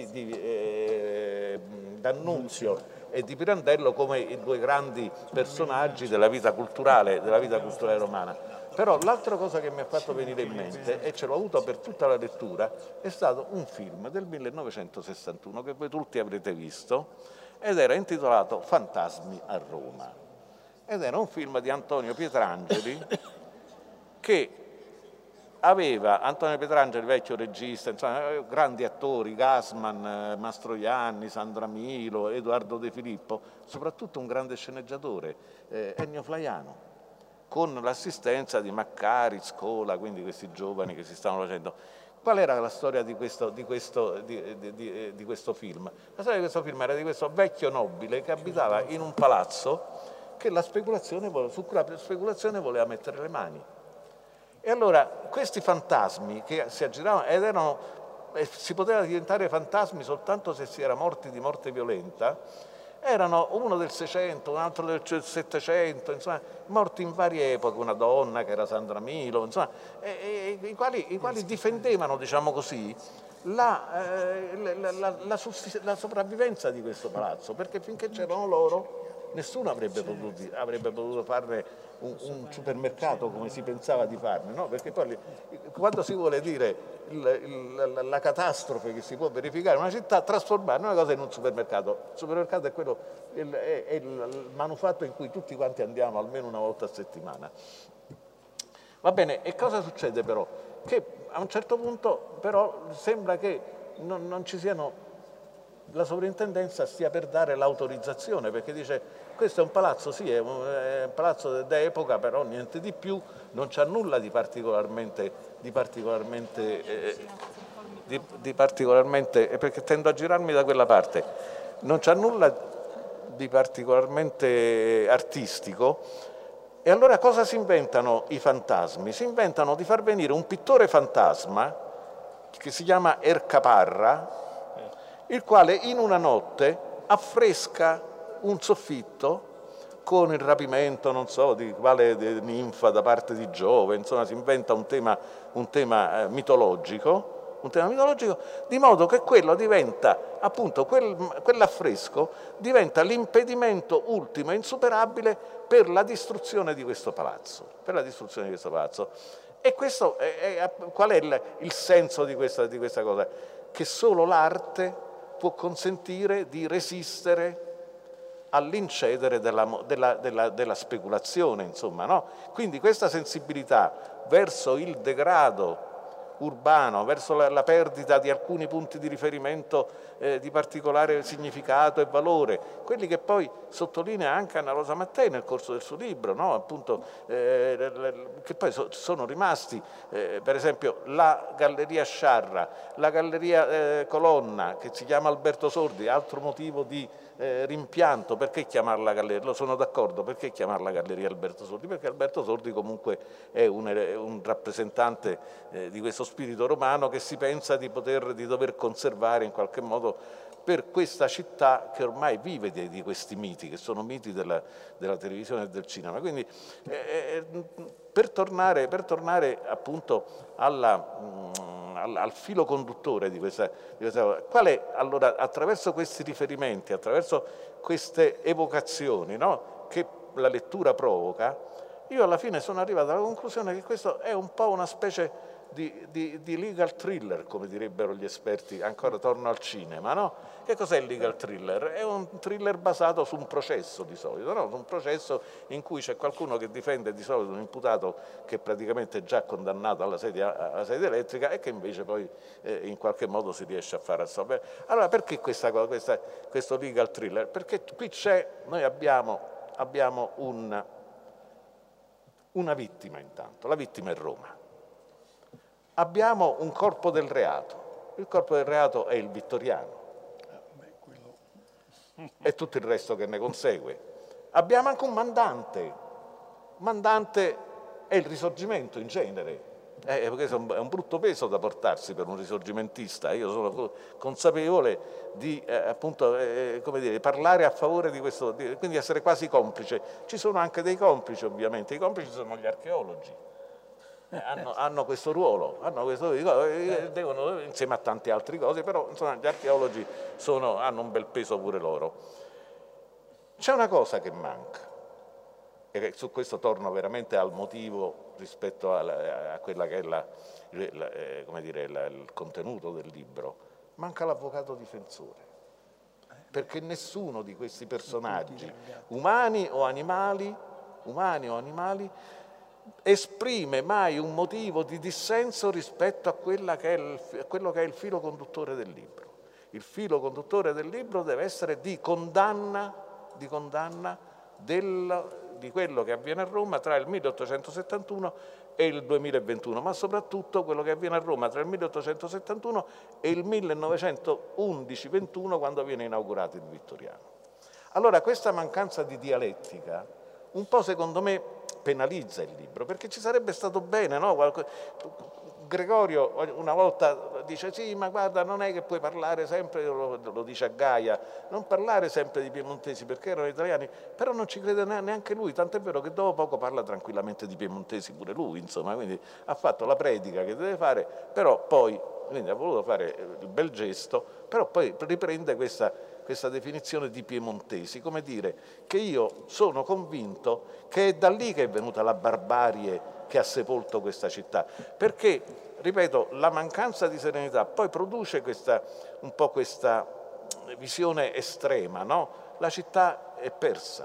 d'Annunzio e di Pirandello come i due grandi personaggi della vita culturale romana. Però l'altra cosa che mi ha fatto venire in mente, e ce l'ho avuto per tutta la lettura, è stato un film del 1961 che voi tutti avrete visto, ed era intitolato Fantasmi a Roma. Ed era un film di Antonio Pietrangeli, che aveva, Antonio Pietrangeli, vecchio regista, insomma, grandi attori, Gassman, Mastroianni, Sandra Milo, Edoardo De Filippo, soprattutto un grande sceneggiatore, Ennio Flaiano, con l'assistenza di Maccari, Scola, quindi questi giovani che si stavano facendo. Qual era la storia di questo film? La storia di questo film era di questo vecchio nobile che abitava in un palazzo su cui la speculazione voleva mettere le mani. E allora questi fantasmi che si aggiravano, si poteva diventare fantasmi soltanto se si era morti di morte violenta, erano uno del 600, un altro del 700, insomma, morti in varie epoche, una donna che era Sandra Milo, insomma, i quali difendevano, diciamo così, la sopravvivenza di questo palazzo, perché finché c'erano loro nessuno avrebbe potuto farne un supermercato come si pensava di farne, no? Perché poi quando si vuole dire la catastrofe che si può verificare in una città, trasformare una cosa in un supermercato. Il supermercato è il manufatto in cui tutti quanti andiamo almeno una volta a settimana. Va bene, e cosa succede però? Che a un certo punto però sembra che non ci siano, la sovrintendenza stia per dare l'autorizzazione, perché dice: questo è un palazzo, sì, è un palazzo d'epoca, però niente di più, non c'ha nulla di particolarmente, perché tendo a girarmi da quella parte, non c'ha nulla di particolarmente artistico. E allora cosa si inventano i fantasmi? Si inventano di far venire un pittore fantasma che si chiama Ercaparra, il quale in una notte affresca un soffitto con il rapimento, non so, di quale ninfa da parte di Giove, insomma si inventa un tema mitologico, di modo che quello diventa, appunto, quell'affresco diventa l'impedimento ultimo e insuperabile per la distruzione di questo palazzo. E questo qual è il senso di questa cosa? Che solo l'arte può consentire di resistere all'incedere della speculazione, insomma, no? Quindi questa sensibilità verso il degrado urbano, verso la perdita di alcuni punti di riferimento di particolare significato e valore, quelli che poi sottolinea anche Anna Rosa Mattei nel corso del suo libro, no? Appunto, che poi sono rimasti, per esempio, la Galleria Sciarra, la Galleria Colonna, che si chiama Alberto Sordi, altro motivo di rimpianto. Perché chiamarla galleria? Lo sono d'accordo, perché chiamarla Galleria Alberto Sordi? Perché Alberto Sordi comunque è un rappresentante di questo spirito romano che si pensa di dover conservare in qualche modo per questa città che ormai vive di questi miti, che sono miti della televisione e del cinema. Quindi per tornare appunto al filo conduttore di questa qual è allora, attraverso questi riferimenti, attraverso queste evocazioni, no, che la lettura provoca, io alla fine sono arrivato alla conclusione che questo è un po' una specie di legal thriller, come direbbero gli esperti, ancora torno al cinema, no? Che cos'è il legal thriller? È un thriller basato su un processo di solito, no? Su un processo in cui c'è qualcuno che difende di solito un imputato che è praticamente già condannato alla sedia elettrica e che invece poi in qualche modo si riesce a fare assolvere. Allora perché questo legal thriller? Perché qui noi abbiamo una vittima intanto, la vittima è Roma. Abbiamo un corpo del reato, il corpo del reato è il vittoriano e tutto il resto che ne consegue. Abbiamo anche un mandante è il risorgimento in genere, questo è un brutto peso da portarsi per un risorgimentista. Io sono consapevole di appunto, come dire, parlare a favore di questo, quindi essere quasi complice. Ci sono anche dei complici, ovviamente, i complici sono gli archeologi. Hanno questo ruolo, devono, insieme a tante altre cose, però insomma, gli archeologi hanno un bel peso pure loro. C'è una cosa che manca, e su questo torno veramente al motivo rispetto a quella che è il contenuto del libro. Manca l'avvocato difensore, perché nessuno di questi personaggi, umani o animali, esprime mai un motivo di dissenso rispetto a quello che è il filo conduttore del libro. Il filo conduttore del libro deve essere di condanna di quello che avviene a Roma tra il 1871 e il 2021, ma soprattutto quello che avviene a Roma tra il 1871 e il 1911-21, quando viene inaugurato il Vittoriano. Allora questa mancanza di dialettica un po' secondo me penalizza il libro, perché ci sarebbe stato bene, no? Gregorio una volta dice sì, ma guarda, non è che puoi parlare sempre, lo dice a Gaia, non parlare sempre di piemontesi perché erano italiani, però non ci crede neanche lui, tant'è vero che dopo poco parla tranquillamente di piemontesi pure lui, insomma, quindi ha fatto la predica che deve fare, però poi quindi ha voluto fare il bel gesto, però poi riprende questa definizione di piemontesi, come dire che io sono convinto che è da lì che è venuta la barbarie che ha sepolto questa città, perché, ripeto, la mancanza di serenità poi produce un po' questa visione estrema, no? La città è persa,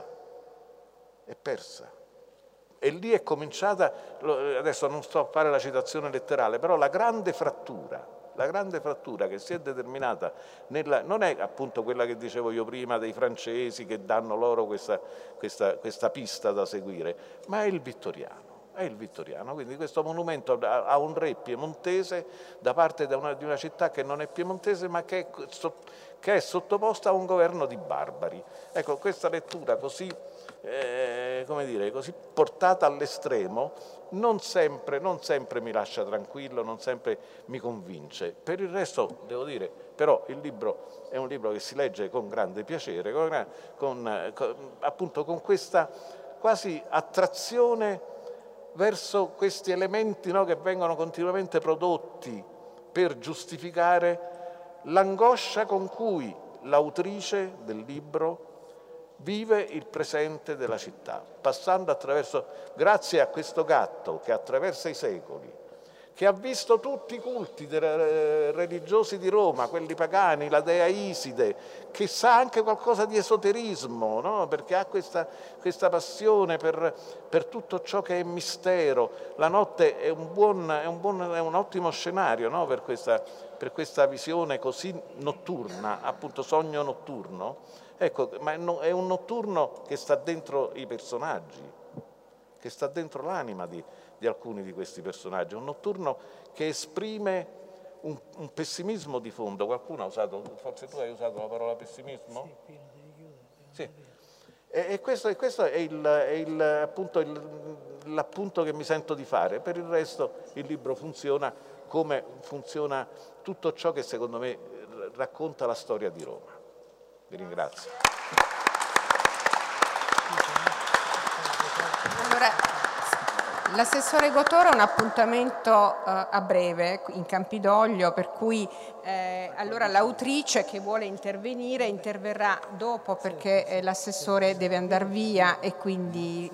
e lì è cominciata, adesso non sto a fare la citazione letterale, però la grande frattura che si è determinata non è appunto quella che dicevo io prima dei francesi che danno loro questa pista da seguire, ma è il vittoriano. Quindi questo monumento a un re piemontese da parte di una città che non è piemontese ma che è sottoposta a un governo di barbari. Ecco, questa lettura così come dire, così portata all'estremo, non sempre mi lascia tranquillo, non sempre mi convince. Per il resto, devo dire, però il libro è un libro che si legge con grande piacere, appunto con questa quasi attrazione verso questi elementi, no, che vengono continuamente prodotti per giustificare l'angoscia con cui l'autrice del libro vive il presente della città, passando grazie a questo gatto che attraversa i secoli, che ha visto tutti i culti religiosi di Roma, quelli pagani, la dea Iside, che sa anche qualcosa di esoterismo, no? Perché ha questa passione per tutto ciò che è mistero. La notte è un ottimo scenario, no? per questa visione così notturna, appunto sogno notturno. Ecco, ma è un notturno che sta dentro i personaggi, che sta dentro l'anima di alcuni di questi personaggi, un notturno che esprime un pessimismo di fondo. Qualcuno ha usato, forse tu hai usato la parola pessimismo? Sì. E questo è l'appunto che mi sento di fare. Per il resto il libro funziona come funziona tutto ciò che secondo me racconta la storia di Roma. Vi ringrazio. Allora, l'assessore Gotoro ha un appuntamento a breve in Campidoglio, per cui allora l'autrice che vuole intervenire interverrà dopo, perché l'assessore deve andare via e quindi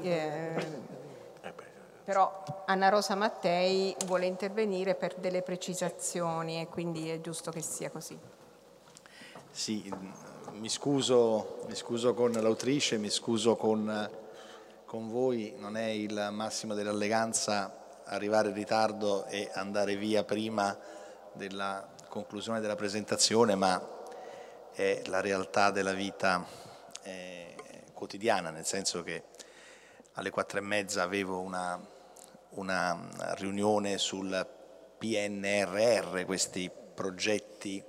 però Anna Rosa Mattei vuole intervenire per delle precisazioni e quindi è giusto che sia così. Sì, mi scuso con l'autrice, mi scuso con voi, non è il massimo dell'eleganza arrivare in ritardo e andare via prima della conclusione della presentazione, ma è la realtà della vita quotidiana, nel senso che alle 4:30 avevo una riunione sul PNRR, questi progetti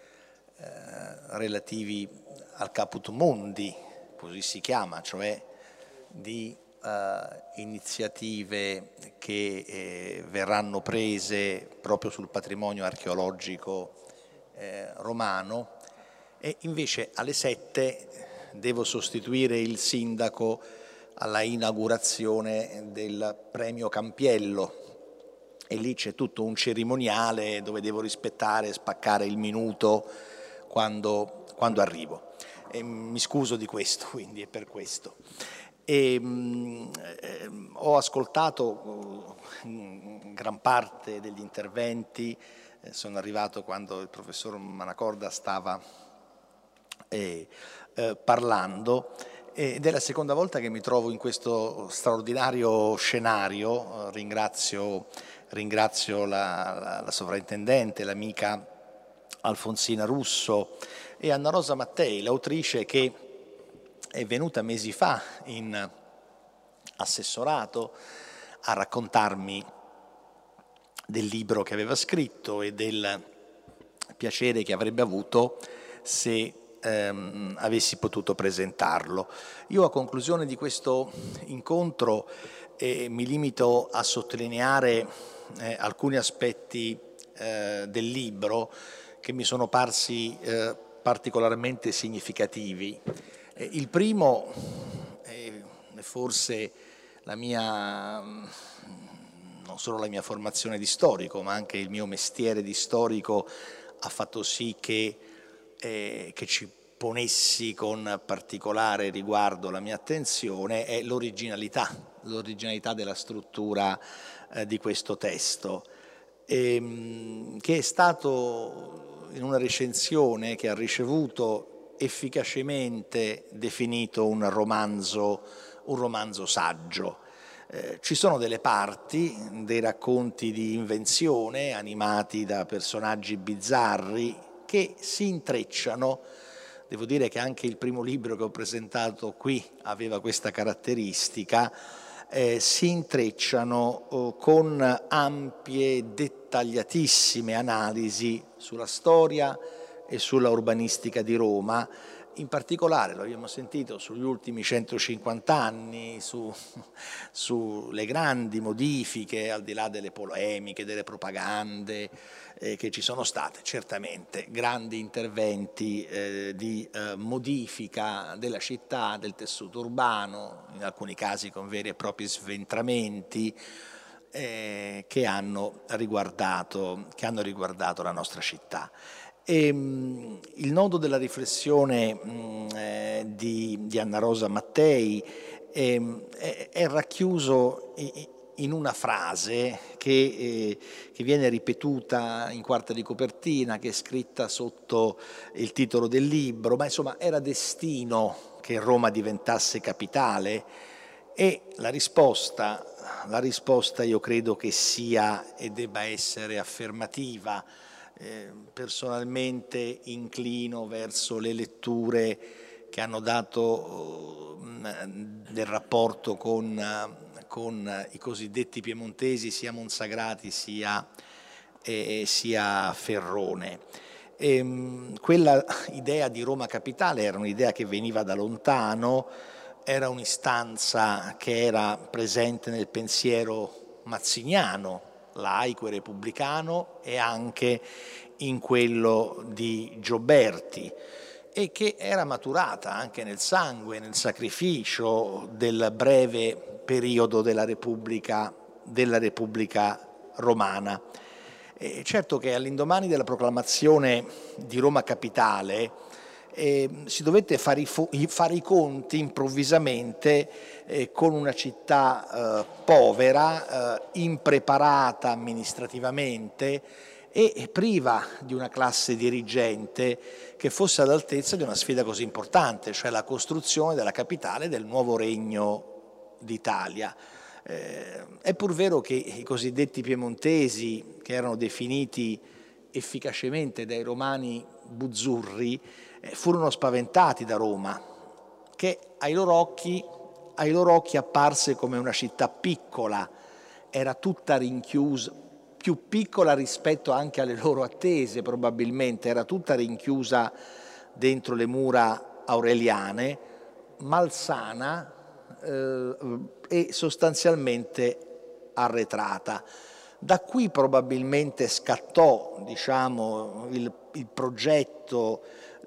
relativi al Caput Mundi, così si chiama, cioè di iniziative che verranno prese proprio sul patrimonio archeologico romano, e invece alle 7 devo sostituire il sindaco alla inaugurazione del premio Campiello, e lì c'è tutto un cerimoniale dove devo rispettare, spaccare il minuto quando arrivo. E mi scuso di questo, quindi è per questo. Ho ascoltato gran parte degli interventi, sono arrivato quando il professor Manacorda stava parlando, ed è la seconda volta che mi trovo in questo straordinario scenario. Ringrazio la sovrintendente, l'amica Alfonsina Russo e Anna Rosa Mattei, l'autrice, che è venuta mesi fa in assessorato a raccontarmi del libro che aveva scritto e del piacere che avrebbe avuto se avessi potuto presentarlo. Io, a conclusione di questo incontro, mi limito a sottolineare alcuni aspetti del libro che mi sono parsi particolarmente significativi. Il primo, forse non solo la mia formazione di storico, ma anche il mio mestiere di storico ha fatto sì che ci ponessi con particolare riguardo la mia attenzione, è l'originalità della struttura di questo testo, che è stato, in una recensione che ha ricevuto, efficacemente definito un romanzo saggio. Ci sono delle parti, dei racconti di invenzione animati da personaggi bizzarri che si intrecciano. Devo dire che anche il primo libro che ho presentato qui aveva questa caratteristica, si intrecciano con ampie, dettagliatissime analisi sulla storia e sulla urbanistica di Roma, in particolare, lo abbiamo sentito, sugli ultimi 150 anni, sulle grandi modifiche, al di là delle polemiche, delle propagande che ci sono state, certamente grandi interventi di modifica della città, del tessuto urbano, in alcuni casi con veri e propri sventramenti che hanno riguardato la nostra città. Il nodo della riflessione di Anna Rosa Mattei è racchiuso in una frase che viene ripetuta in quarta di copertina, che è scritta sotto il titolo del libro, ma insomma era destino che Roma diventasse capitale, e la risposta io credo che sia e debba essere affermativa. Personalmente inclino verso le letture che hanno dato del rapporto con i cosiddetti piemontesi, sia Monsagrati sia Ferrone. Quella idea di Roma capitale era un'idea che veniva da lontano, era un'istanza che era presente nel pensiero mazziniano, laico e repubblicano, e anche in quello di Gioberti, e che era maturata anche nel sangue, nel sacrificio del breve periodo della Repubblica Romana. Certo che all'indomani della proclamazione di Roma capitale si dovette fare i conti improvvisamente con una città povera, impreparata amministrativamente e priva di una classe dirigente che fosse all'altezza di una sfida così importante, cioè la costruzione della capitale del nuovo regno d'Italia. È pur vero che i cosiddetti piemontesi, che erano definiti efficacemente dai romani buzzurri, furono spaventati da Roma, che ai loro occhi apparse come una città piccola, era tutta rinchiusa, più piccola rispetto anche alle loro attese probabilmente, era tutta rinchiusa dentro le mura aureliane, malsana e sostanzialmente arretrata. Da qui probabilmente scattò, diciamo, il progetto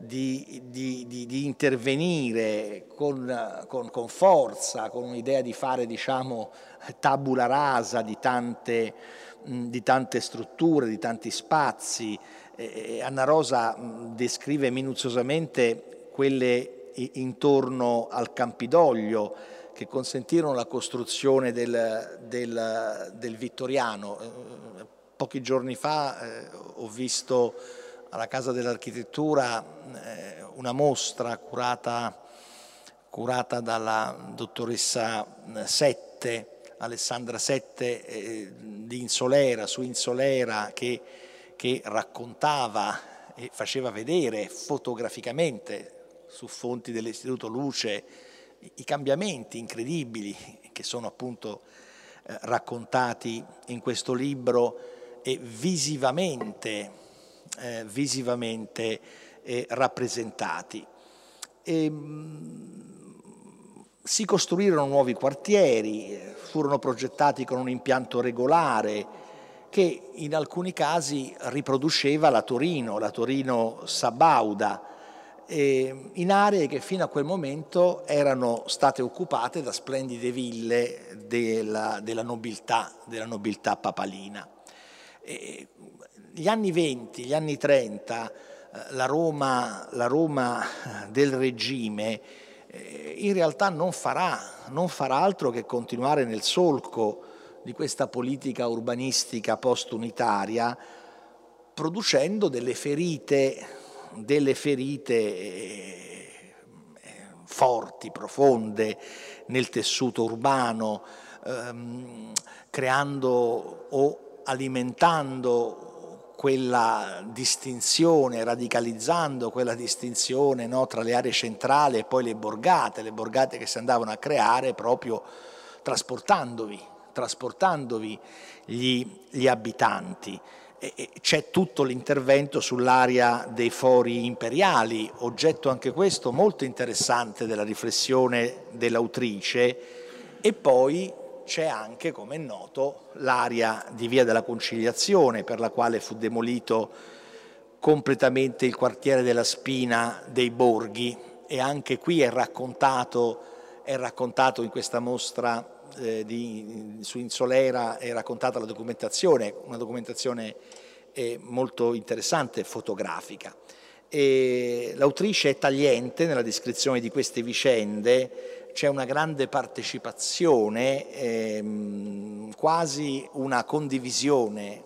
di intervenire con forza, con un'idea di fare, diciamo, tabula rasa di tante strutture, di tanti spazi. Anna Rosa descrive minuziosamente quelle intorno al Campidoglio, che consentirono la costruzione del Vittoriano. Pochi giorni fa ho visto alla Casa dell'Architettura una mostra curata dalla dottoressa Sette, Alessandra Sette, di Insolera, su Insolera, che raccontava e faceva vedere fotograficamente su fonti dell'Istituto Luce i cambiamenti incredibili che sono appunto raccontati in questo libro e visivamente rappresentati. Si costruirono nuovi quartieri, furono progettati con un impianto regolare che in alcuni casi riproduceva la Torino sabauda, in aree che fino a quel momento erano state occupate da splendide ville della nobiltà papalina. Gli anni 20, gli anni 30, la Roma del regime in realtà non farà altro che continuare nel solco di questa politica urbanistica post-unitaria, producendo delle ferite forti, profonde nel tessuto urbano, creando o alimentando quella distinzione, radicalizzando quella distinzione, no, tra le aree centrali e poi le borgate che si andavano a creare proprio trasportandovi gli abitanti. c'è tutto l'intervento sull'area dei fori imperiali, oggetto anche questo molto interessante della riflessione dell'autrice, e poi c'è anche, come è noto, l'area di Via della Conciliazione, per la quale fu demolito completamente il quartiere della Spina dei Borghi, e anche qui è raccontato in questa mostra su Insolera, è raccontata la documentazione, una documentazione molto interessante, fotografica. L'autrice è tagliente nella descrizione di queste vicende, c'è una grande partecipazione, quasi una condivisione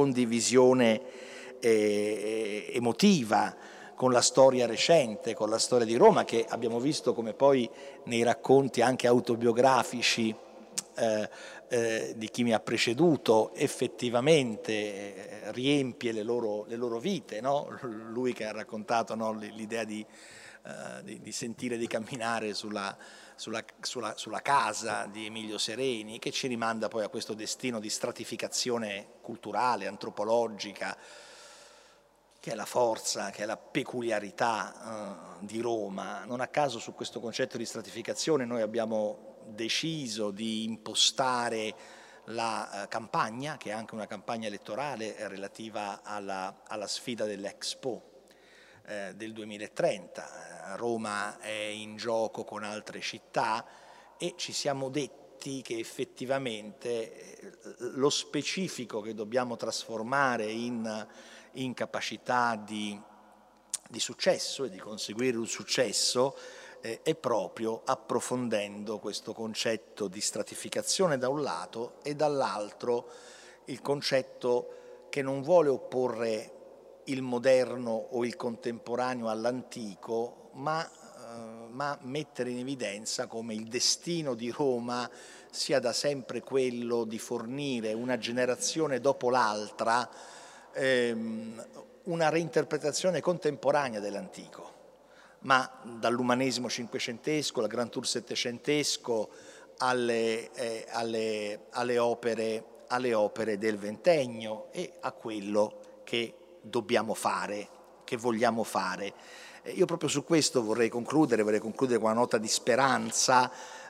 emotiva con la storia recente, con la storia di Roma, che abbiamo visto come poi nei racconti anche autobiografici di chi mi ha preceduto effettivamente riempie le loro vite, no? Lui che ha raccontato, no, l'idea di sentire di camminare sulla casa di Emilio Sereni, che ci rimanda poi a questo destino di stratificazione culturale, antropologica, che è la forza, che è la peculiarità di Roma. Non a caso su questo concetto di stratificazione noi abbiamo deciso di impostare la campagna, che è anche una campagna elettorale relativa alla sfida dell'Expo del 2030. Roma è in gioco con altre città e ci siamo detti che effettivamente lo specifico che dobbiamo trasformare in capacità di successo e di conseguire un successo è proprio approfondendo questo concetto di stratificazione da un lato e dall'altro il concetto che non vuole opporre il moderno o il contemporaneo all'antico, ma mettere in evidenza come il destino di Roma sia da sempre quello di fornire una generazione dopo l'altra una reinterpretazione contemporanea dell'antico, ma dall'umanesimo cinquecentesco, al Grand Tour settecentesco, alle opere del Ventennio e a quello che dobbiamo fare, che vogliamo fare. Io proprio su questo vorrei concludere con una nota di speranza,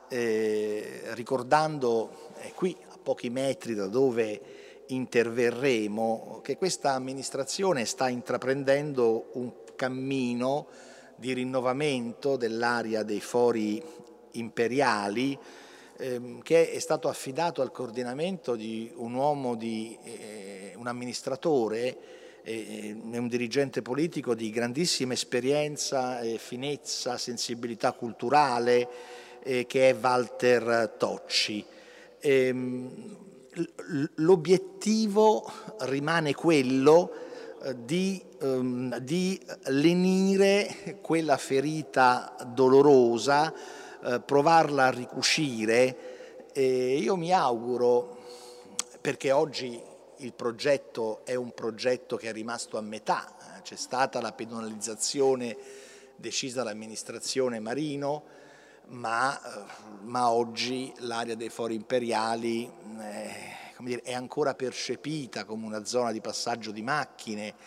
ricordando qui a pochi metri da dove interverremo che questa amministrazione sta intraprendendo un cammino di rinnovamento dell'area dei fori imperiali che è stato affidato al coordinamento di un uomo, un amministratore e un dirigente politico di grandissima esperienza, finezza, sensibilità culturale, che è Walter Tocci. L'obiettivo rimane quello di lenire quella ferita dolorosa, provarla a ricucire. Io mi auguro, perché oggi il progetto è un progetto che è rimasto a metà, c'è stata la pedonalizzazione decisa dall'amministrazione Marino, ma oggi l'area dei fori imperiali è ancora percepita come una zona di passaggio di macchine,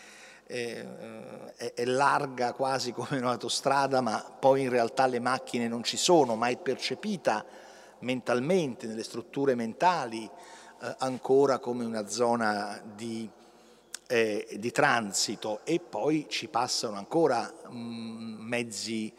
è larga quasi come un'autostrada, ma poi in realtà le macchine non ci sono, ma è percepita mentalmente, nelle strutture mentali, ancora come una zona di transito, e poi ci passano ancora mezzi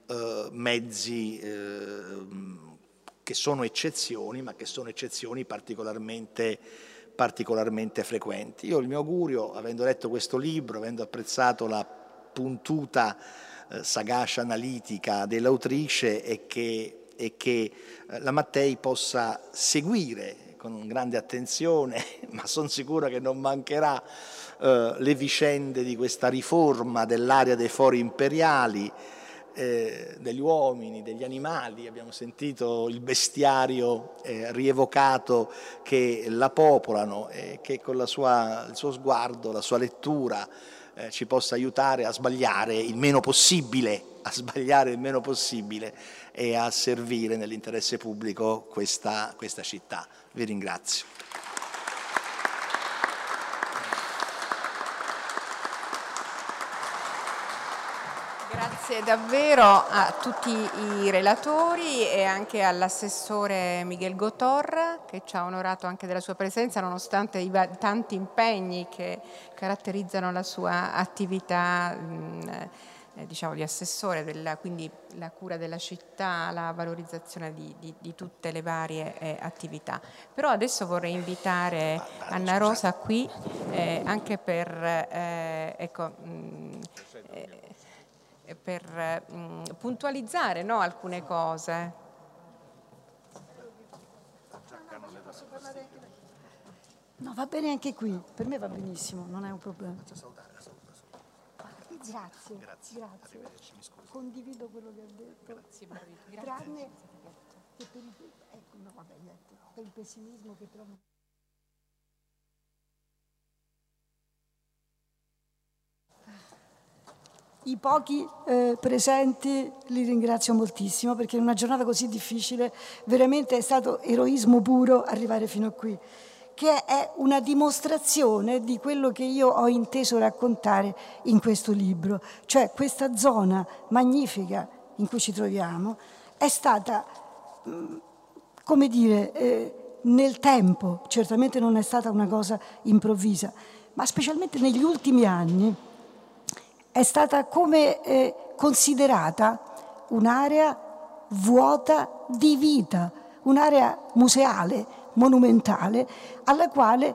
che sono eccezioni, ma che sono eccezioni particolarmente frequenti. Io il mio augurio, avendo letto questo libro, avendo apprezzato la puntuta sagacia analitica dell'autrice, è che la Mattei possa seguire con grande attenzione, ma sono sicuro che non mancherà, le vicende di questa riforma dell'area dei fori imperiali, degli uomini, degli animali. Abbiamo sentito il bestiario rievocato che la popolano e che con il suo sguardo, la sua lettura ci possa aiutare a sbagliare il meno possibile, e a servire nell'interesse pubblico questa città. Vi ringrazio. Grazie davvero a tutti i relatori e anche all'assessore Miguel Gotorra, che ci ha onorato anche della sua presenza nonostante i tanti impegni che caratterizzano la sua attività diciamo di assessore, quindi la cura della città, la valorizzazione di tutte le varie attività. Però adesso vorrei invitare Anna Rosa qui anche per puntualizzare, no, alcune cose. No, va bene anche qui, per me va benissimo, non è un problema. Grazie. Condivido quello che ha detto. Grazie. Tranne che per il pessimismo che però... I pochi presenti li ringrazio moltissimo, perché in una giornata così difficile veramente è stato eroismo puro arrivare fino a qui, che è una dimostrazione di quello che io ho inteso raccontare in questo libro. Cioè questa zona magnifica in cui ci troviamo è stata, come dire, nel tempo, certamente non è stata una cosa improvvisa, ma specialmente negli ultimi anni è stata come considerata un'area vuota di vita, un'area museale, monumentale, alla quale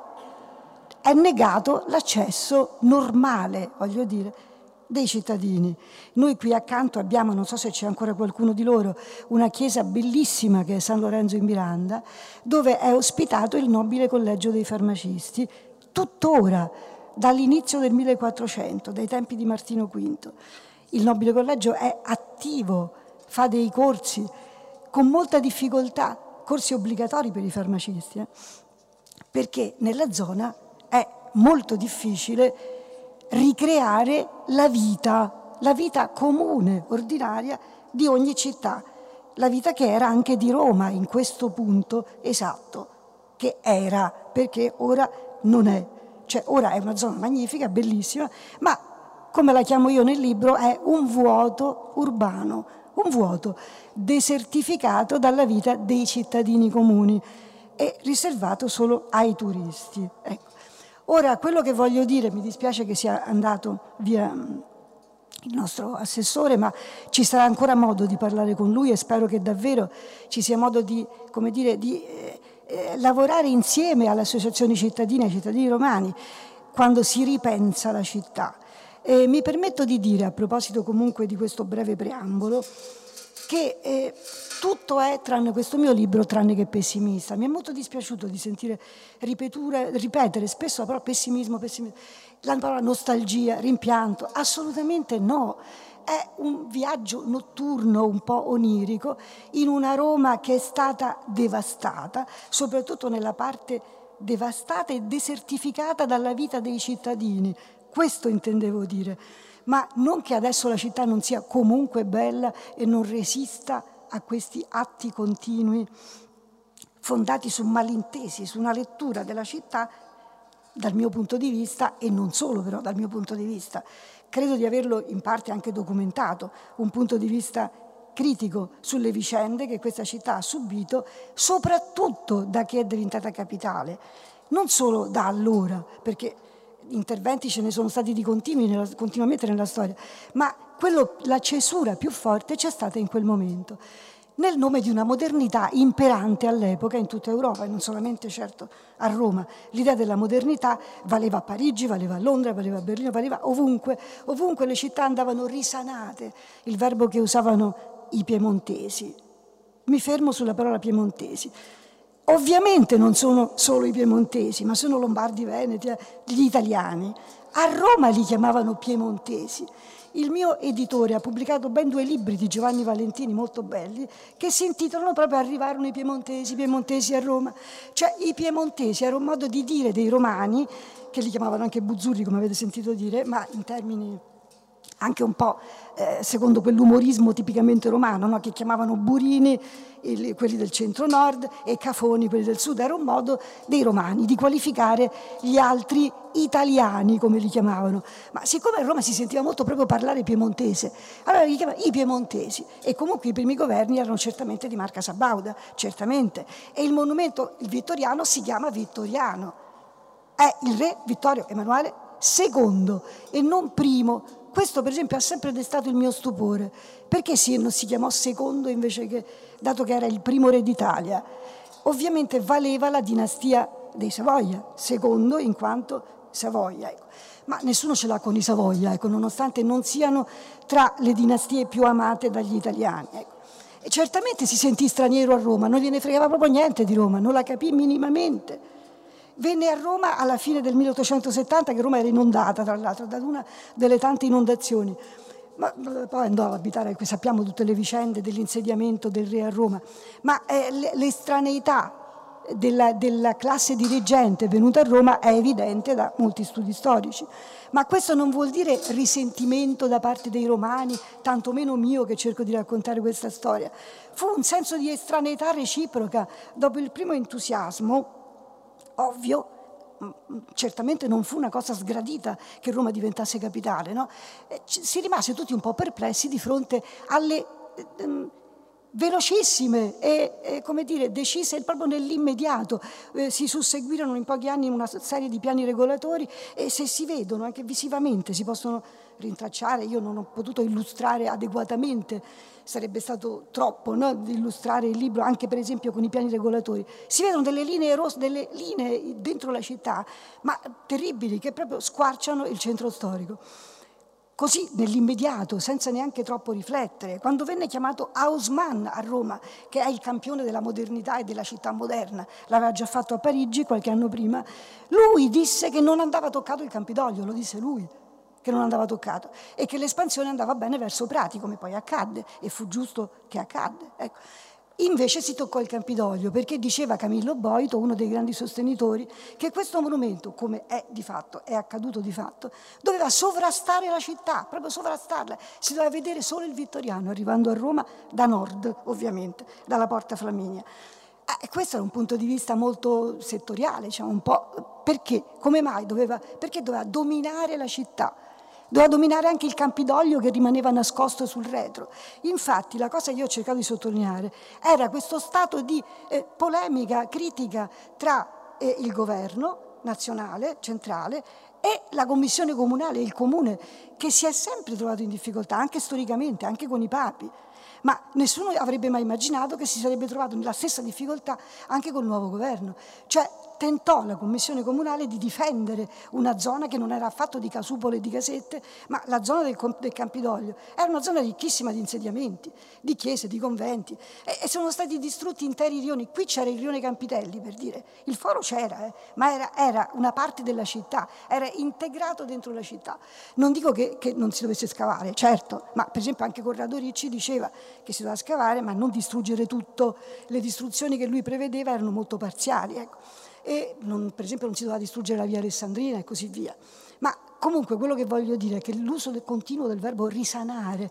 è negato l'accesso normale, voglio dire, dei cittadini. Noi qui accanto abbiamo, non so se c'è ancora qualcuno di loro, una chiesa bellissima che è San Lorenzo in Miranda, dove è ospitato il nobile collegio dei farmacisti, tuttora, dall'inizio del 1400, dai tempi di Martino V. Il nobile collegio è attivo, fa dei corsi con molta difficoltà, corsi obbligatori per i farmacisti, perché nella zona è molto difficile ricreare la vita comune, ordinaria di ogni città, la vita che era anche di Roma in questo punto esatto, che era, perché ora non è. Cioè ora è una zona magnifica, bellissima, ma come la chiamo io nel libro è un vuoto urbano, un vuoto desertificato dalla vita dei cittadini comuni e riservato solo ai turisti. Ecco. Ora quello che voglio dire, mi dispiace che sia andato via il nostro assessore, ma ci sarà ancora modo di parlare con lui e spero che davvero ci sia modo di, come dire, lavorare insieme alle associazioni cittadine, ai cittadini romani, quando si ripensa la città. Mi permetto di dire, a proposito comunque di questo breve preambolo, che tutto è, tranne questo mio libro, tranne che pessimista. Mi è molto dispiaciuto di sentire ripetere spesso la parola pessimismo, la parola nostalgia, rimpianto. Assolutamente no. È un viaggio notturno, un po' onirico, in una Roma che è stata devastata, soprattutto nella parte devastata e desertificata dalla vita dei cittadini. Questo intendevo dire. Ma non che adesso la città non sia comunque bella e non resista a questi atti continui fondati su malintesi, su una lettura della città dal mio punto di vista, e non solo però dal mio punto di vista. Credo di averlo in parte anche documentato, un punto di vista critico sulle vicende che questa città ha subito, soprattutto da che è diventata capitale, non solo da allora, perché interventi ce ne sono stati di continuamente nella storia, ma la cesura più forte c'è stata in quel momento, nel nome di una modernità imperante all'epoca in tutta Europa e non solamente certo a Roma. L'idea della modernità valeva a Parigi, valeva a Londra, valeva a Berlino, valeva ovunque. Ovunque le città andavano risanate, il verbo che usavano i piemontesi. Mi fermo sulla parola piemontesi. Ovviamente non sono solo i piemontesi, ma sono lombardi, veneti, gli italiani. A Roma li chiamavano piemontesi. Il mio editore ha pubblicato ben 2 libri di Giovanni Valentini molto belli che si intitolano proprio Arrivarono i piemontesi a Roma. Cioè i piemontesi era un modo di dire dei romani, che li chiamavano anche buzzurri come avete sentito dire, ma in termini anche un po' secondo quell'umorismo tipicamente romano, no? Che chiamavano burini quelli del centro-nord e cafoni quelli del sud. Era un modo dei romani di qualificare gli altri italiani, come li chiamavano. Ma siccome a Roma si sentiva molto proprio parlare piemontese, allora li chiamavano i piemontesi, e comunque i primi governi erano certamente di Marca Sabauda, certamente, e il monumento, il vittoriano, si chiama Vittoriano, è il re Vittorio Emanuele II e non primo. Questo per esempio ha sempre destato il mio stupore, perché non si chiamò secondo invece che, dato che era il primo re d'Italia? Ovviamente valeva la dinastia dei Savoia, secondo in quanto Savoia, ecco. Ma nessuno ce l'ha con i Savoia, ecco, nonostante non siano tra le dinastie più amate dagli italiani, ecco. E certamente si sentì straniero a Roma, non gliene fregava proprio niente di Roma, non la capì minimamente. Venne a Roma alla fine del 1870, che Roma era inondata, tra l'altro, da una delle tante inondazioni. Ma poi andò ad abitare, qui sappiamo tutte le vicende dell'insediamento del re a Roma, ma l'estraneità della classe dirigente venuta a Roma è evidente da molti studi storici. Ma questo non vuol dire risentimento da parte dei romani, tantomeno mio che cerco di raccontare questa storia. Fu un senso di estraneità reciproca. Dopo il primo entusiasmo, ovvio, certamente non fu una cosa sgradita che Roma diventasse capitale, no? Si rimase tutti un po' perplessi di fronte alle velocissime e come dire, decise proprio nell'immediato. Si susseguirono in pochi anni una serie di piani regolatori e se si vedono anche visivamente si possono rintracciare. Io non ho potuto illustrare adeguatamente, sarebbe stato troppo, no? Di illustrare il libro anche per esempio con i piani regolatori. Si vedono delle linee rosse, delle linee dentro la città, ma terribili, che proprio squarciano il centro storico. Così nell'immediato, senza neanche troppo riflettere, quando venne chiamato Haussmann a Roma, che è il campione della modernità e della città moderna, l'aveva già fatto a Parigi qualche anno prima, lui disse che non andava toccato il Campidoglio, lo disse lui, che non andava toccato, e che l'espansione andava bene verso Prati, come poi accadde, e fu giusto che accadde. Ecco. Invece si toccò il Campidoglio, perché diceva Camillo Boito, uno dei grandi sostenitori, che questo monumento, come è di fatto, è accaduto di fatto, doveva sovrastare la città, proprio sovrastarla. Si doveva vedere solo il Vittoriano, arrivando a Roma da nord, ovviamente, dalla Porta Flaminia. Questo era un punto di vista molto settoriale, diciamo, un po' perché, come mai perché doveva dominare la città. Doveva dominare anche il Campidoglio che rimaneva nascosto sul retro. Infatti la cosa che io ho cercato di sottolineare era questo stato di polemica, critica tra il governo nazionale, centrale, e la commissione comunale, il comune, che si è sempre trovato in difficoltà, anche storicamente, anche con i papi. Ma nessuno avrebbe mai immaginato che si sarebbe trovato nella stessa difficoltà anche col nuovo governo. Cioè tentò la commissione comunale di difendere una zona che non era affatto di casupole e di casette, ma la zona del Campidoglio era una zona ricchissima di insediamenti, di chiese, di conventi, e sono stati distrutti interi rioni. Qui c'era il rione Campitelli, per dire, il foro c'era, ma era una parte della città, era integrato dentro la città. Non dico che non si dovesse scavare, certo, ma per esempio anche Corrado Ricci diceva che si doveva scavare ma non distruggere tutto. Le distruzioni che lui prevedeva erano molto parziali, ecco. E per esempio non si doveva distruggere la via Alessandrina e così via. Ma comunque quello che voglio dire è che l'uso continuo del verbo risanare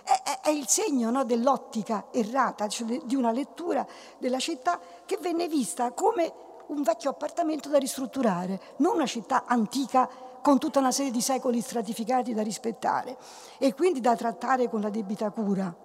è il segno, no, dell'ottica errata, cioè di una lettura della città che venne vista come un vecchio appartamento da ristrutturare, non una città antica con tutta una serie di secoli stratificati da rispettare e quindi da trattare con la debita cura.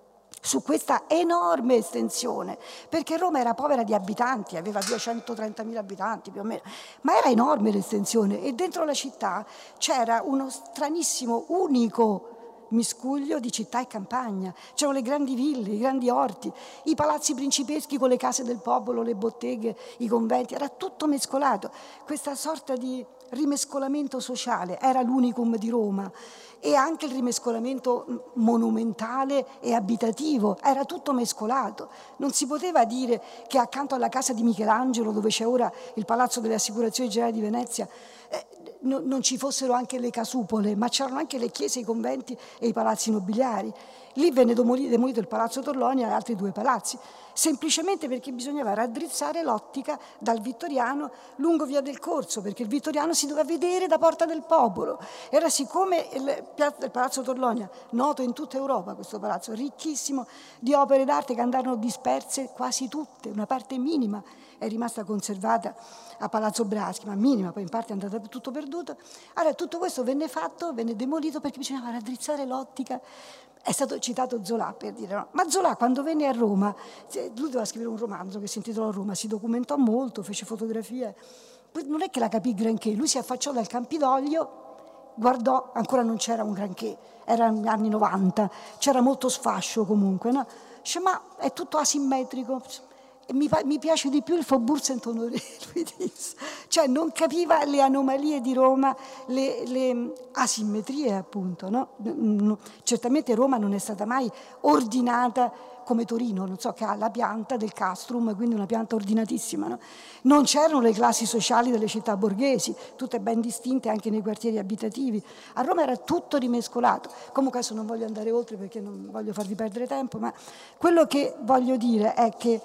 Su questa enorme estensione, perché Roma era povera di abitanti, aveva 230.000 abitanti più o meno, ma era enorme l'estensione e dentro la città c'era uno stranissimo, unico miscuglio di città e campagna. C'erano le grandi ville, i grandi orti, i palazzi principeschi con le case del popolo, le botteghe, i conventi, era tutto mescolato. Questa sorta di rimescolamento sociale era l'unicum di Roma e anche il rimescolamento monumentale e abitativo, era tutto mescolato. Non si poteva dire che accanto alla casa di Michelangelo, dove c'è ora il Palazzo delle Assicurazioni Generali di Venezia, non ci fossero anche le casupole, ma c'erano anche le chiese, i conventi e i palazzi nobiliari. Lì venne demolito il Palazzo Torlonia e altri 2 palazzi, semplicemente perché bisognava raddrizzare l'ottica dal Vittoriano lungo Via del Corso, perché il Vittoriano si doveva vedere da Porta del Popolo. Era siccome il Palazzo Torlonia, noto in tutta Europa questo palazzo, ricchissimo di opere d'arte che andarono disperse quasi tutte, una parte minima è rimasta conservata a Palazzo Braschi, ma minima, poi in parte è andata tutto perduto. Allora tutto questo venne fatto, venne demolito perché bisognava raddrizzare l'ottica. È stato citato Zola, per dire, no? Ma Zola quando venne a Roma, lui doveva scrivere un romanzo che si intitolò Roma, si documentò molto, fece fotografie, non è che la capì granché, lui si affacciò dal Campidoglio, guardò, ancora non c'era un granché, erano gli anni 90, c'era molto sfascio comunque, no? Dice, ma è tutto asimmetrico, e mi piace di più il Faubourg Saint-Honoré, lui disse. Cioè non capiva le anomalie di Roma, le asimmetrie appunto, no? Certamente Roma non è stata mai ordinata come Torino, non so, che ha la pianta del castrum, quindi una pianta ordinatissima, no? Non c'erano le classi sociali delle città borghesi, tutte ben distinte anche nei quartieri abitativi. A Roma era tutto rimescolato. Comunque adesso non voglio andare oltre perché non voglio farvi perdere tempo, ma quello che voglio dire è che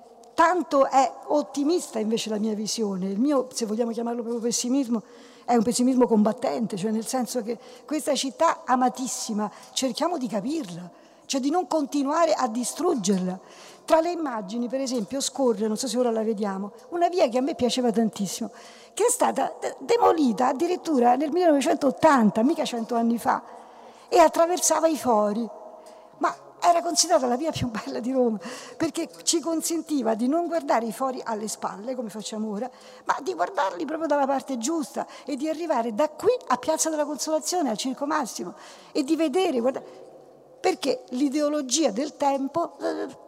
tanto è ottimista invece la mia visione, il mio, se vogliamo chiamarlo proprio pessimismo, è un pessimismo combattente, cioè nel senso che questa città amatissima, cerchiamo di capirla, cioè di non continuare a distruggerla. Tra le immagini, per esempio, scorre, non so se ora la vediamo, una via che a me piaceva tantissimo, che è stata demolita addirittura nel 1980, mica 100 anni fa, e attraversava i fori. Ma era considerata la via più bella di Roma, perché ci consentiva di non guardare i fori alle spalle, come facciamo ora, ma di guardarli proprio dalla parte giusta e di arrivare da qui a Piazza della Consolazione, al Circo Massimo, e di vedere, perché l'ideologia del tempo,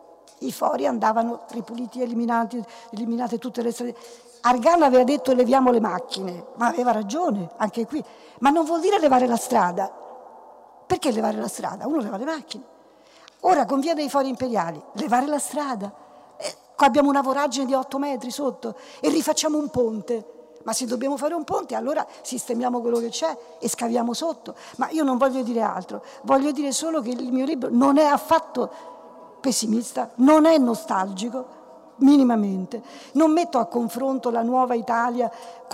i fori andavano ripuliti, eliminate tutte le strade. Argan aveva detto leviamo le macchine, ma aveva ragione anche qui, ma non vuol dire levare la strada. Perché levare la strada? Uno leva le macchine. Ora con via dei Fori Imperiali, levare la strada, qua abbiamo una voragine di 8 metri sotto e rifacciamo un ponte, ma se dobbiamo fare un ponte allora sistemiamo quello che c'è e scaviamo sotto. Ma io non voglio dire altro, voglio dire solo che il mio libro non è affatto pessimista, non è nostalgico, minimamente, non metto a confronto la nuova Italia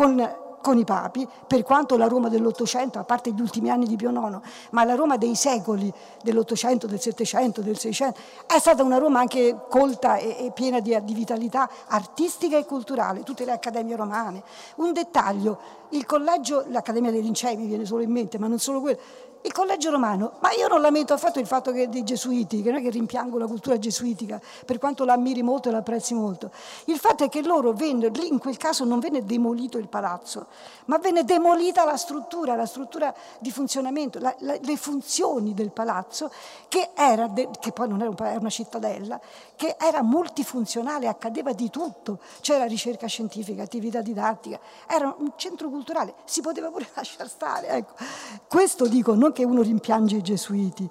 con i papi, per quanto la Roma dell'Ottocento, a parte gli ultimi anni di Pio IX, ma la Roma dei secoli, dell'Ottocento, del Settecento, del Seicento, è stata una Roma anche colta e piena di vitalità artistica e culturale, tutte le accademie romane. Un dettaglio, il collegio, l'Accademia dei Lincei mi viene solo in mente, ma non solo quello, il collegio romano, ma io non lamento affatto il fatto che dei gesuiti, che non è che rimpiango la cultura gesuitica, per quanto la ammiri molto e la apprezzi molto. Il fatto è che loro vennero, lì in quel caso non venne demolito il palazzo, ma venne demolita la struttura di funzionamento, le funzioni del palazzo, che poi non era una cittadella, che era multifunzionale, accadeva di tutto, c'era ricerca scientifica, attività didattica, era un centro culturale, si poteva pure lasciar stare, ecco. Questo dico, non che uno rimpiange i gesuiti,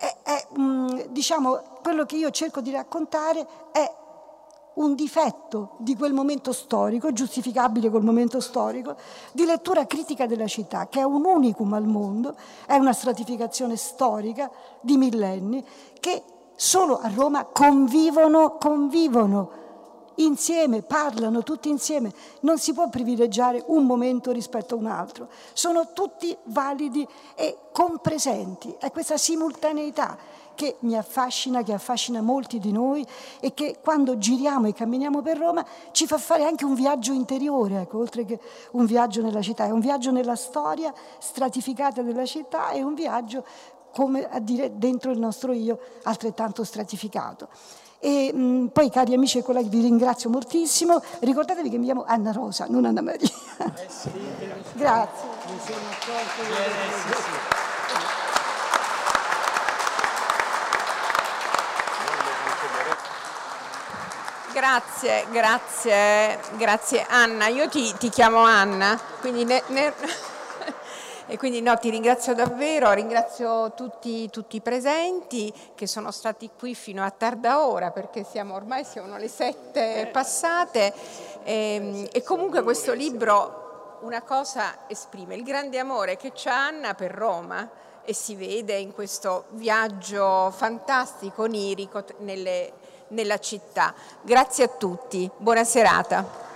diciamo, quello che io cerco di raccontare è un difetto di quel momento storico, giustificabile col momento storico, di lettura critica della città, che è un unicum al mondo, è una stratificazione storica di millenni, che solo a Roma convivono insieme, parlano tutti insieme, non si può privilegiare un momento rispetto a un altro, sono tutti validi e compresenti, è questa simultaneità che mi affascina, che affascina molti di noi e che quando giriamo e camminiamo per Roma ci fa fare anche un viaggio interiore, ecco, oltre che un viaggio nella città, è un viaggio nella storia stratificata della città e un viaggio, come a dire, dentro il nostro io altrettanto stratificato. E poi cari amici e colleghi vi ringrazio moltissimo, ricordatevi che mi chiamo Anna Rosa, non Anna Maria. Sì, grazie. Mi sono accorto Grazie Anna, io ti chiamo Anna, quindi e quindi no, ti ringrazio davvero, ringrazio tutti i presenti che sono stati qui fino a tarda ora, perché ormai siamo le 7 passate, e comunque questo libro una cosa esprime, il grande amore che c'ha Anna per Roma, e si vede in questo viaggio fantastico, onirico nella città. Grazie a tutti, buona serata.